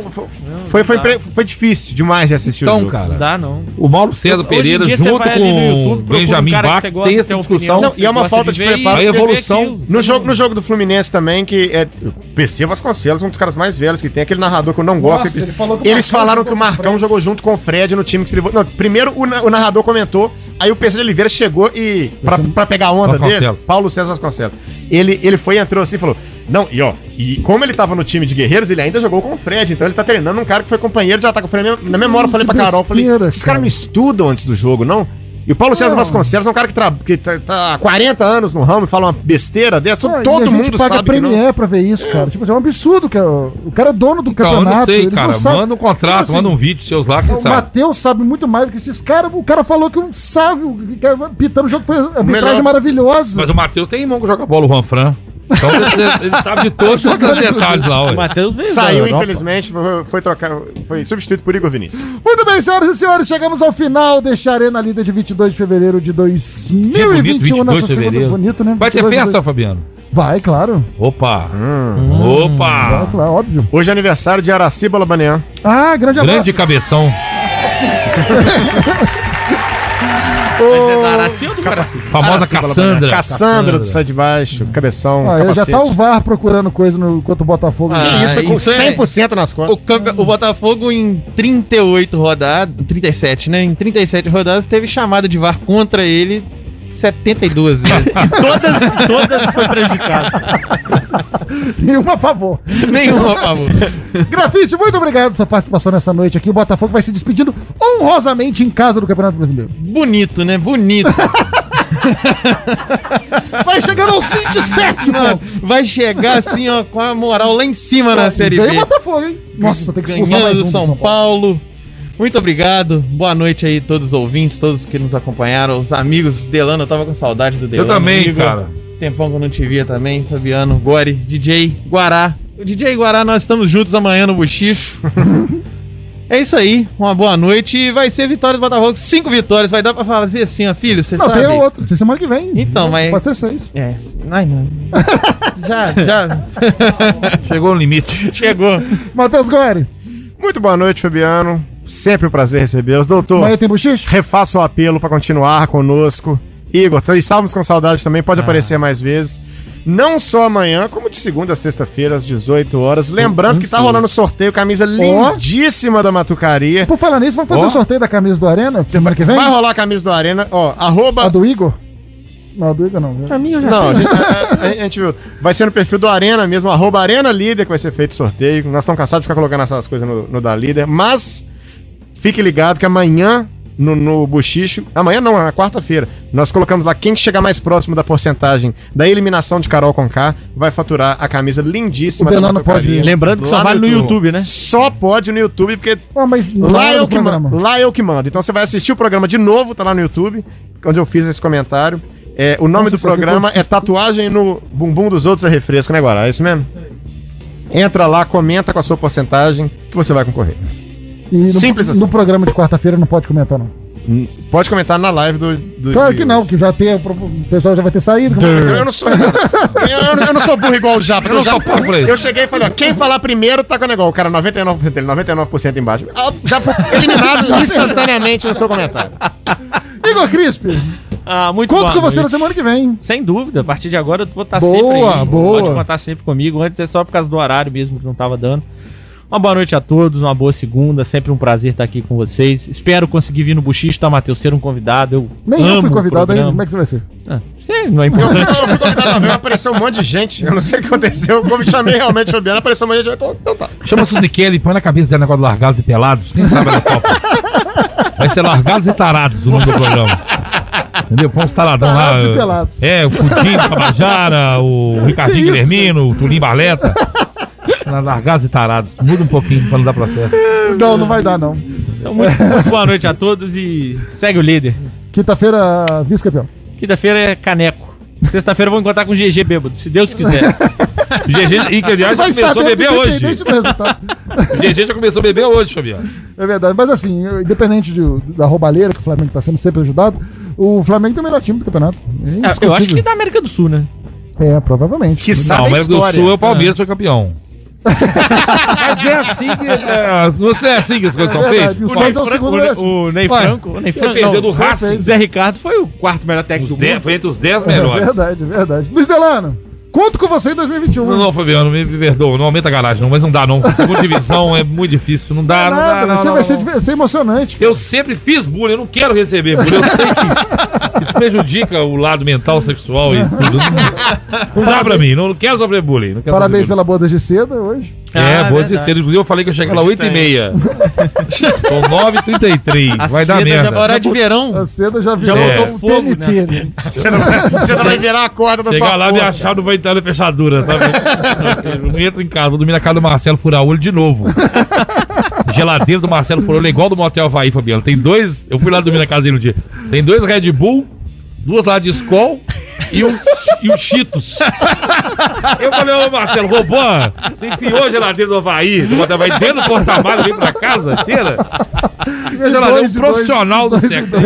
foi difícil demais de assistir o jogo. Cara, não dá, não. O Mauro César Pereira, junto com o Benjamin Bach, tem essa discussão. Não, e é uma falta de preparo. A evolução. No jogo do Fluminense também, que PC Vasconcelos, um dos caras mais velhos que tem, aquele narrador que eu não gosto. Eles falaram que o Marcão jogou junto com o Fred no time que se levou. Não, primeiro o narrador comentou, aí o PC de Oliveira chegou e, pra pegar a onda dele, Paulo César Vasconcelos, ele foi e entrou assim e falou, não, e como ele tava no time de guerreiros, ele ainda jogou com o Fred, então ele tá treinando um cara que foi companheiro de ataque. Eu falei, na memória, eu falei pra Carol, esses caras não estudam antes do jogo, não? E o Paulo César Vasconcelos é um cara que tá há 40 anos no ramo e fala uma besteira dessa. Todo mundo sabe que não. Premier pra ver isso, cara. Tipo, é um absurdo. Que o cara é dono do campeonato. Eu não sei, cara. Manda um contrato, manda um vídeo seus lá, quem sabe. O Matheus sabe muito mais do que esses caras. O cara falou que um sabe, pitando o jogo foi arbitragem maravilhosa. Mas o Matheus tem irmão que joga bola, o Juan Fran. Então ele sabe de todos os detalhes lá. O Matheus veio. Saiu, infelizmente, foi substituído por Igor Vinícius. Muito bem, senhoras e senhores, chegamos ao final deste Arena Líder de 22 de fevereiro de 2021. Nessa segunda. Bonito, né? Vai ter festa, Fabiano? Vai, claro. Opa! Vai, claro, óbvio. Hoje é aniversário de Araciba Labanian. Grande abraço. Grande cabeção. Famosa Cassandra. Cassandra do Sai de Baixo, cabeção, já tá o VAR procurando coisa enquanto o Botafogo. Isso foi com 100% nas costas. O Botafogo em 38 rodadas, 37, né? Em 37 rodadas teve chamada de VAR contra ele 72 vezes. E todas foi prejudicado. Nenhuma a favor. Grafite, muito obrigado pela sua participação nessa noite aqui. O Botafogo vai se despedindo honrosamente em casa do Campeonato Brasileiro. Bonito, né? Bonito. Vai chegando aos 27, vai chegar assim, ó, com a moral lá em cima na Série B. Vem o Botafogo, hein? Nossa, tem que expulsar mais do São Paulo. Muito obrigado, boa noite aí todos os ouvintes, todos que nos acompanharam, os amigos. Delano, eu tava com saudade do Delano. Eu também, cara. Tempão que eu não te via também, Fabiano, Gori, DJ, Guará. O DJ e Guará, nós estamos juntos amanhã no Buchicho. É isso aí, uma boa noite e vai ser vitória do Botafogo, 5 vitórias, vai dar pra fazer assim, ó, filho, você sabe? Não, tem outro, tem semana que vem. Então, mas... Pode ser 6. Ai, não. já. Chegou no limite. Chegou. Matheus Gori. Muito boa noite, Fabiano. Sempre um prazer recebê-los. Doutor, amanhã tem Buchicho? Refaço o apelo para continuar conosco. Igor, estávamos com saudade também, pode aparecer mais vezes. não só amanhã, como de segunda a sexta-feira, às 18 horas. Lembrando que tá rolando sorteio, camisa lindíssima da Matucaria. Por falar nisso, vamos fazer o sorteio da camisa do Arena semana que vem? Vai rolar a camisa do Arena, A do Igor? Não, a do Igor não. A minha já não, a gente viu. Vai ser no perfil do Arena mesmo, @Arena Líder, que vai ser feito o sorteio. Nós estamos cansados de ficar colocando essas coisas no da Líder, mas fique ligado que amanhã, no Buchicho, amanhã não, na quarta-feira, nós colocamos lá quem chegar mais próximo da porcentagem da eliminação de Carol Conká vai faturar a camisa lindíssima da Matucaria. Lembrando que só vale no YouTube, né? Só pode no YouTube, porque mas lá eu que mando. Então você vai assistir o programa de novo, tá lá no YouTube, onde eu fiz esse comentário. O nome do programa é Tatuagem no Bumbum dos Outros é Refresco, né, Guará? É isso mesmo? Entra lá, comenta com a sua porcentagem que você vai concorrer. Simples assim. No programa de quarta-feira não pode comentar, não. Pode comentar na live do claro que não, que já tem, o pessoal já vai ter saído. Eu não sou eu não sou burro igual o Japa. Eu cheguei e falei, quem falar primeiro tá com o negócio. O cara 99% dele, 99% embaixo. Já eliminado instantaneamente no seu comentário. Igor Crispi. Muito Conto com você na semana que vem. Sem dúvida, a partir de agora eu vou estar sempre aí. Pode contar sempre comigo. Antes é só por causa do horário mesmo que não tava dando. Uma boa noite a todos, uma boa segunda. Sempre um prazer estar aqui com vocês. Espero conseguir vir no Buchicho, tá, Matheus? Ser um convidado. Nem eu fui convidado ainda. Como é que você vai ser? Você não é importante. Eu fui convidado uma apareceu um monte de gente. Eu não sei o que aconteceu. Como me chamei realmente o Fabiano, apareceu um monte de gente. Então tá. Chama a Suzy Kelly, põe na cabeça dela negócio de Largados e Pelados. Quem sabe ela topa. Vai ser Largados e Tarados o nome do programa. Entendeu? Põe uns taradão lá. E Pelados. O Pudim, o Tabajara, o Ricardinho Guilhermino, o Tulim Barleta. Largados e Tarados. Muda um pouquinho pra não dar processo. Não vai dar, não. Então, muito boa noite a todos e segue o líder. Quinta-feira, vice-campeão. Quinta-feira é caneco. Sexta-feira vou encontrar com o GG bêbado, se Deus quiser. O GG, e que aliás já começou a beber hoje. O GG já começou a beber hoje, Fabiano. É verdade, mas assim, independente da roubalheira que o Flamengo tá sendo sempre ajudado, o Flamengo tem o melhor time do campeonato. Eu acho que da América do Sul, né? Provavelmente. Que sabe a América do Sul é o Palmeiras foi campeão. Mas é assim que não é assim que as coisas são feitas. O Santos é o segundo melhor. O Ney Franco perdeu do Racing. O Zé Ricardo foi o quarto melhor técnico do mundo. Foi entre os 10 melhores. Verdade. Luiz Delano, conto com você em 2021. Não, Fabiano, me perdoa. Não aumenta a garagem, não, mas não dá, não. Segunda divisão é muito difícil. Não dá. Vai ser emocionante. Eu sempre fiz bullying, eu não quero receber bullying. Eu sei que isso prejudica o lado mental, sexual e tudo. Não dá pra mim, não quero sofrer bullying. Parabéns pela boda de seda hoje. Boda de seda. Inclusive eu falei que eu cheguei lá 8h30. São 9h33. Vai dar merda. Já hora de verão. A seda já virou um fogo, né? Você vai virar a corda da sua chegar lá, me achar, não vai entrar na fechadura, sabe? Eu não entro em casa, vou dormir na casa do Marcelo, furar o olho de novo. Geladeira do Marcelo furou, é igual do Motel Havaí, Fabiano. Tem dois, eu fui lá dormir na casa dele um dia. Tem 2 Red Bull, 2 lá de Skol e um Cheetos. Eu falei, ô Marcelo, roubou? Você enfiou a geladeira do Havaí, do Motel Havaí dentro do porta-malas, veio pra casa inteira? E minha geladeira, um profissional do sexo.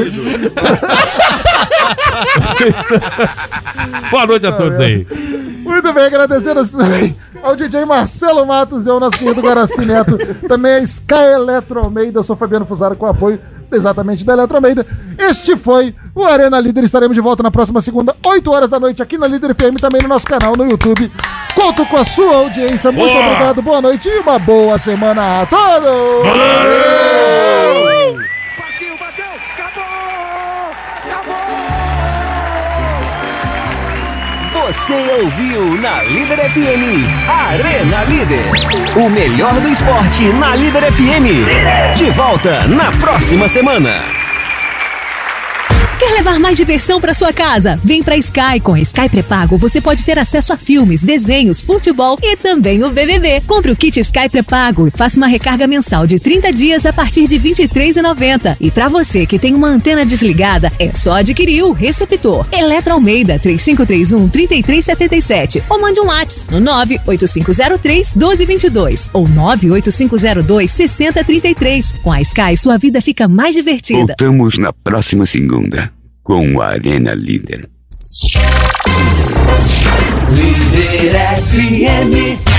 Boa noite a todos aí. Muito bem, agradecendo também ao DJ Marcelo Matos e ao nosso querido Guaraci Neto, também a Sky Eletro Almeida. Eu sou Fabiano Fusaro com o apoio exatamente da Eletro Almeida. Este foi o Arena Líder. Estaremos de volta na próxima segunda, 8 horas da noite, aqui na Líder FM, também no nosso canal no YouTube. Conto com a sua audiência. Muito obrigado, boa noite e uma boa semana a todos! Valeu! Você ouviu na Líder FM, Arena Líder. O melhor do esporte na Líder FM. De volta na próxima semana. Quer levar mais diversão para sua casa? Vem para Sky. Com a Sky Pré-Pago, você pode ter acesso a filmes, desenhos, futebol e também o BBB. Compre o kit Sky Pré-Pago e faça uma recarga mensal de 30 dias a partir de R$ 23,90. E para você que tem uma antena desligada, é só adquirir o receptor. Eletro Almeida, 3531-3377. Ou mande um WhatsApp no 98503-1222 ou 98502-6033. Com a Sky, sua vida fica mais divertida. Voltamos na próxima segunda com o Arena Líder. Líder FM.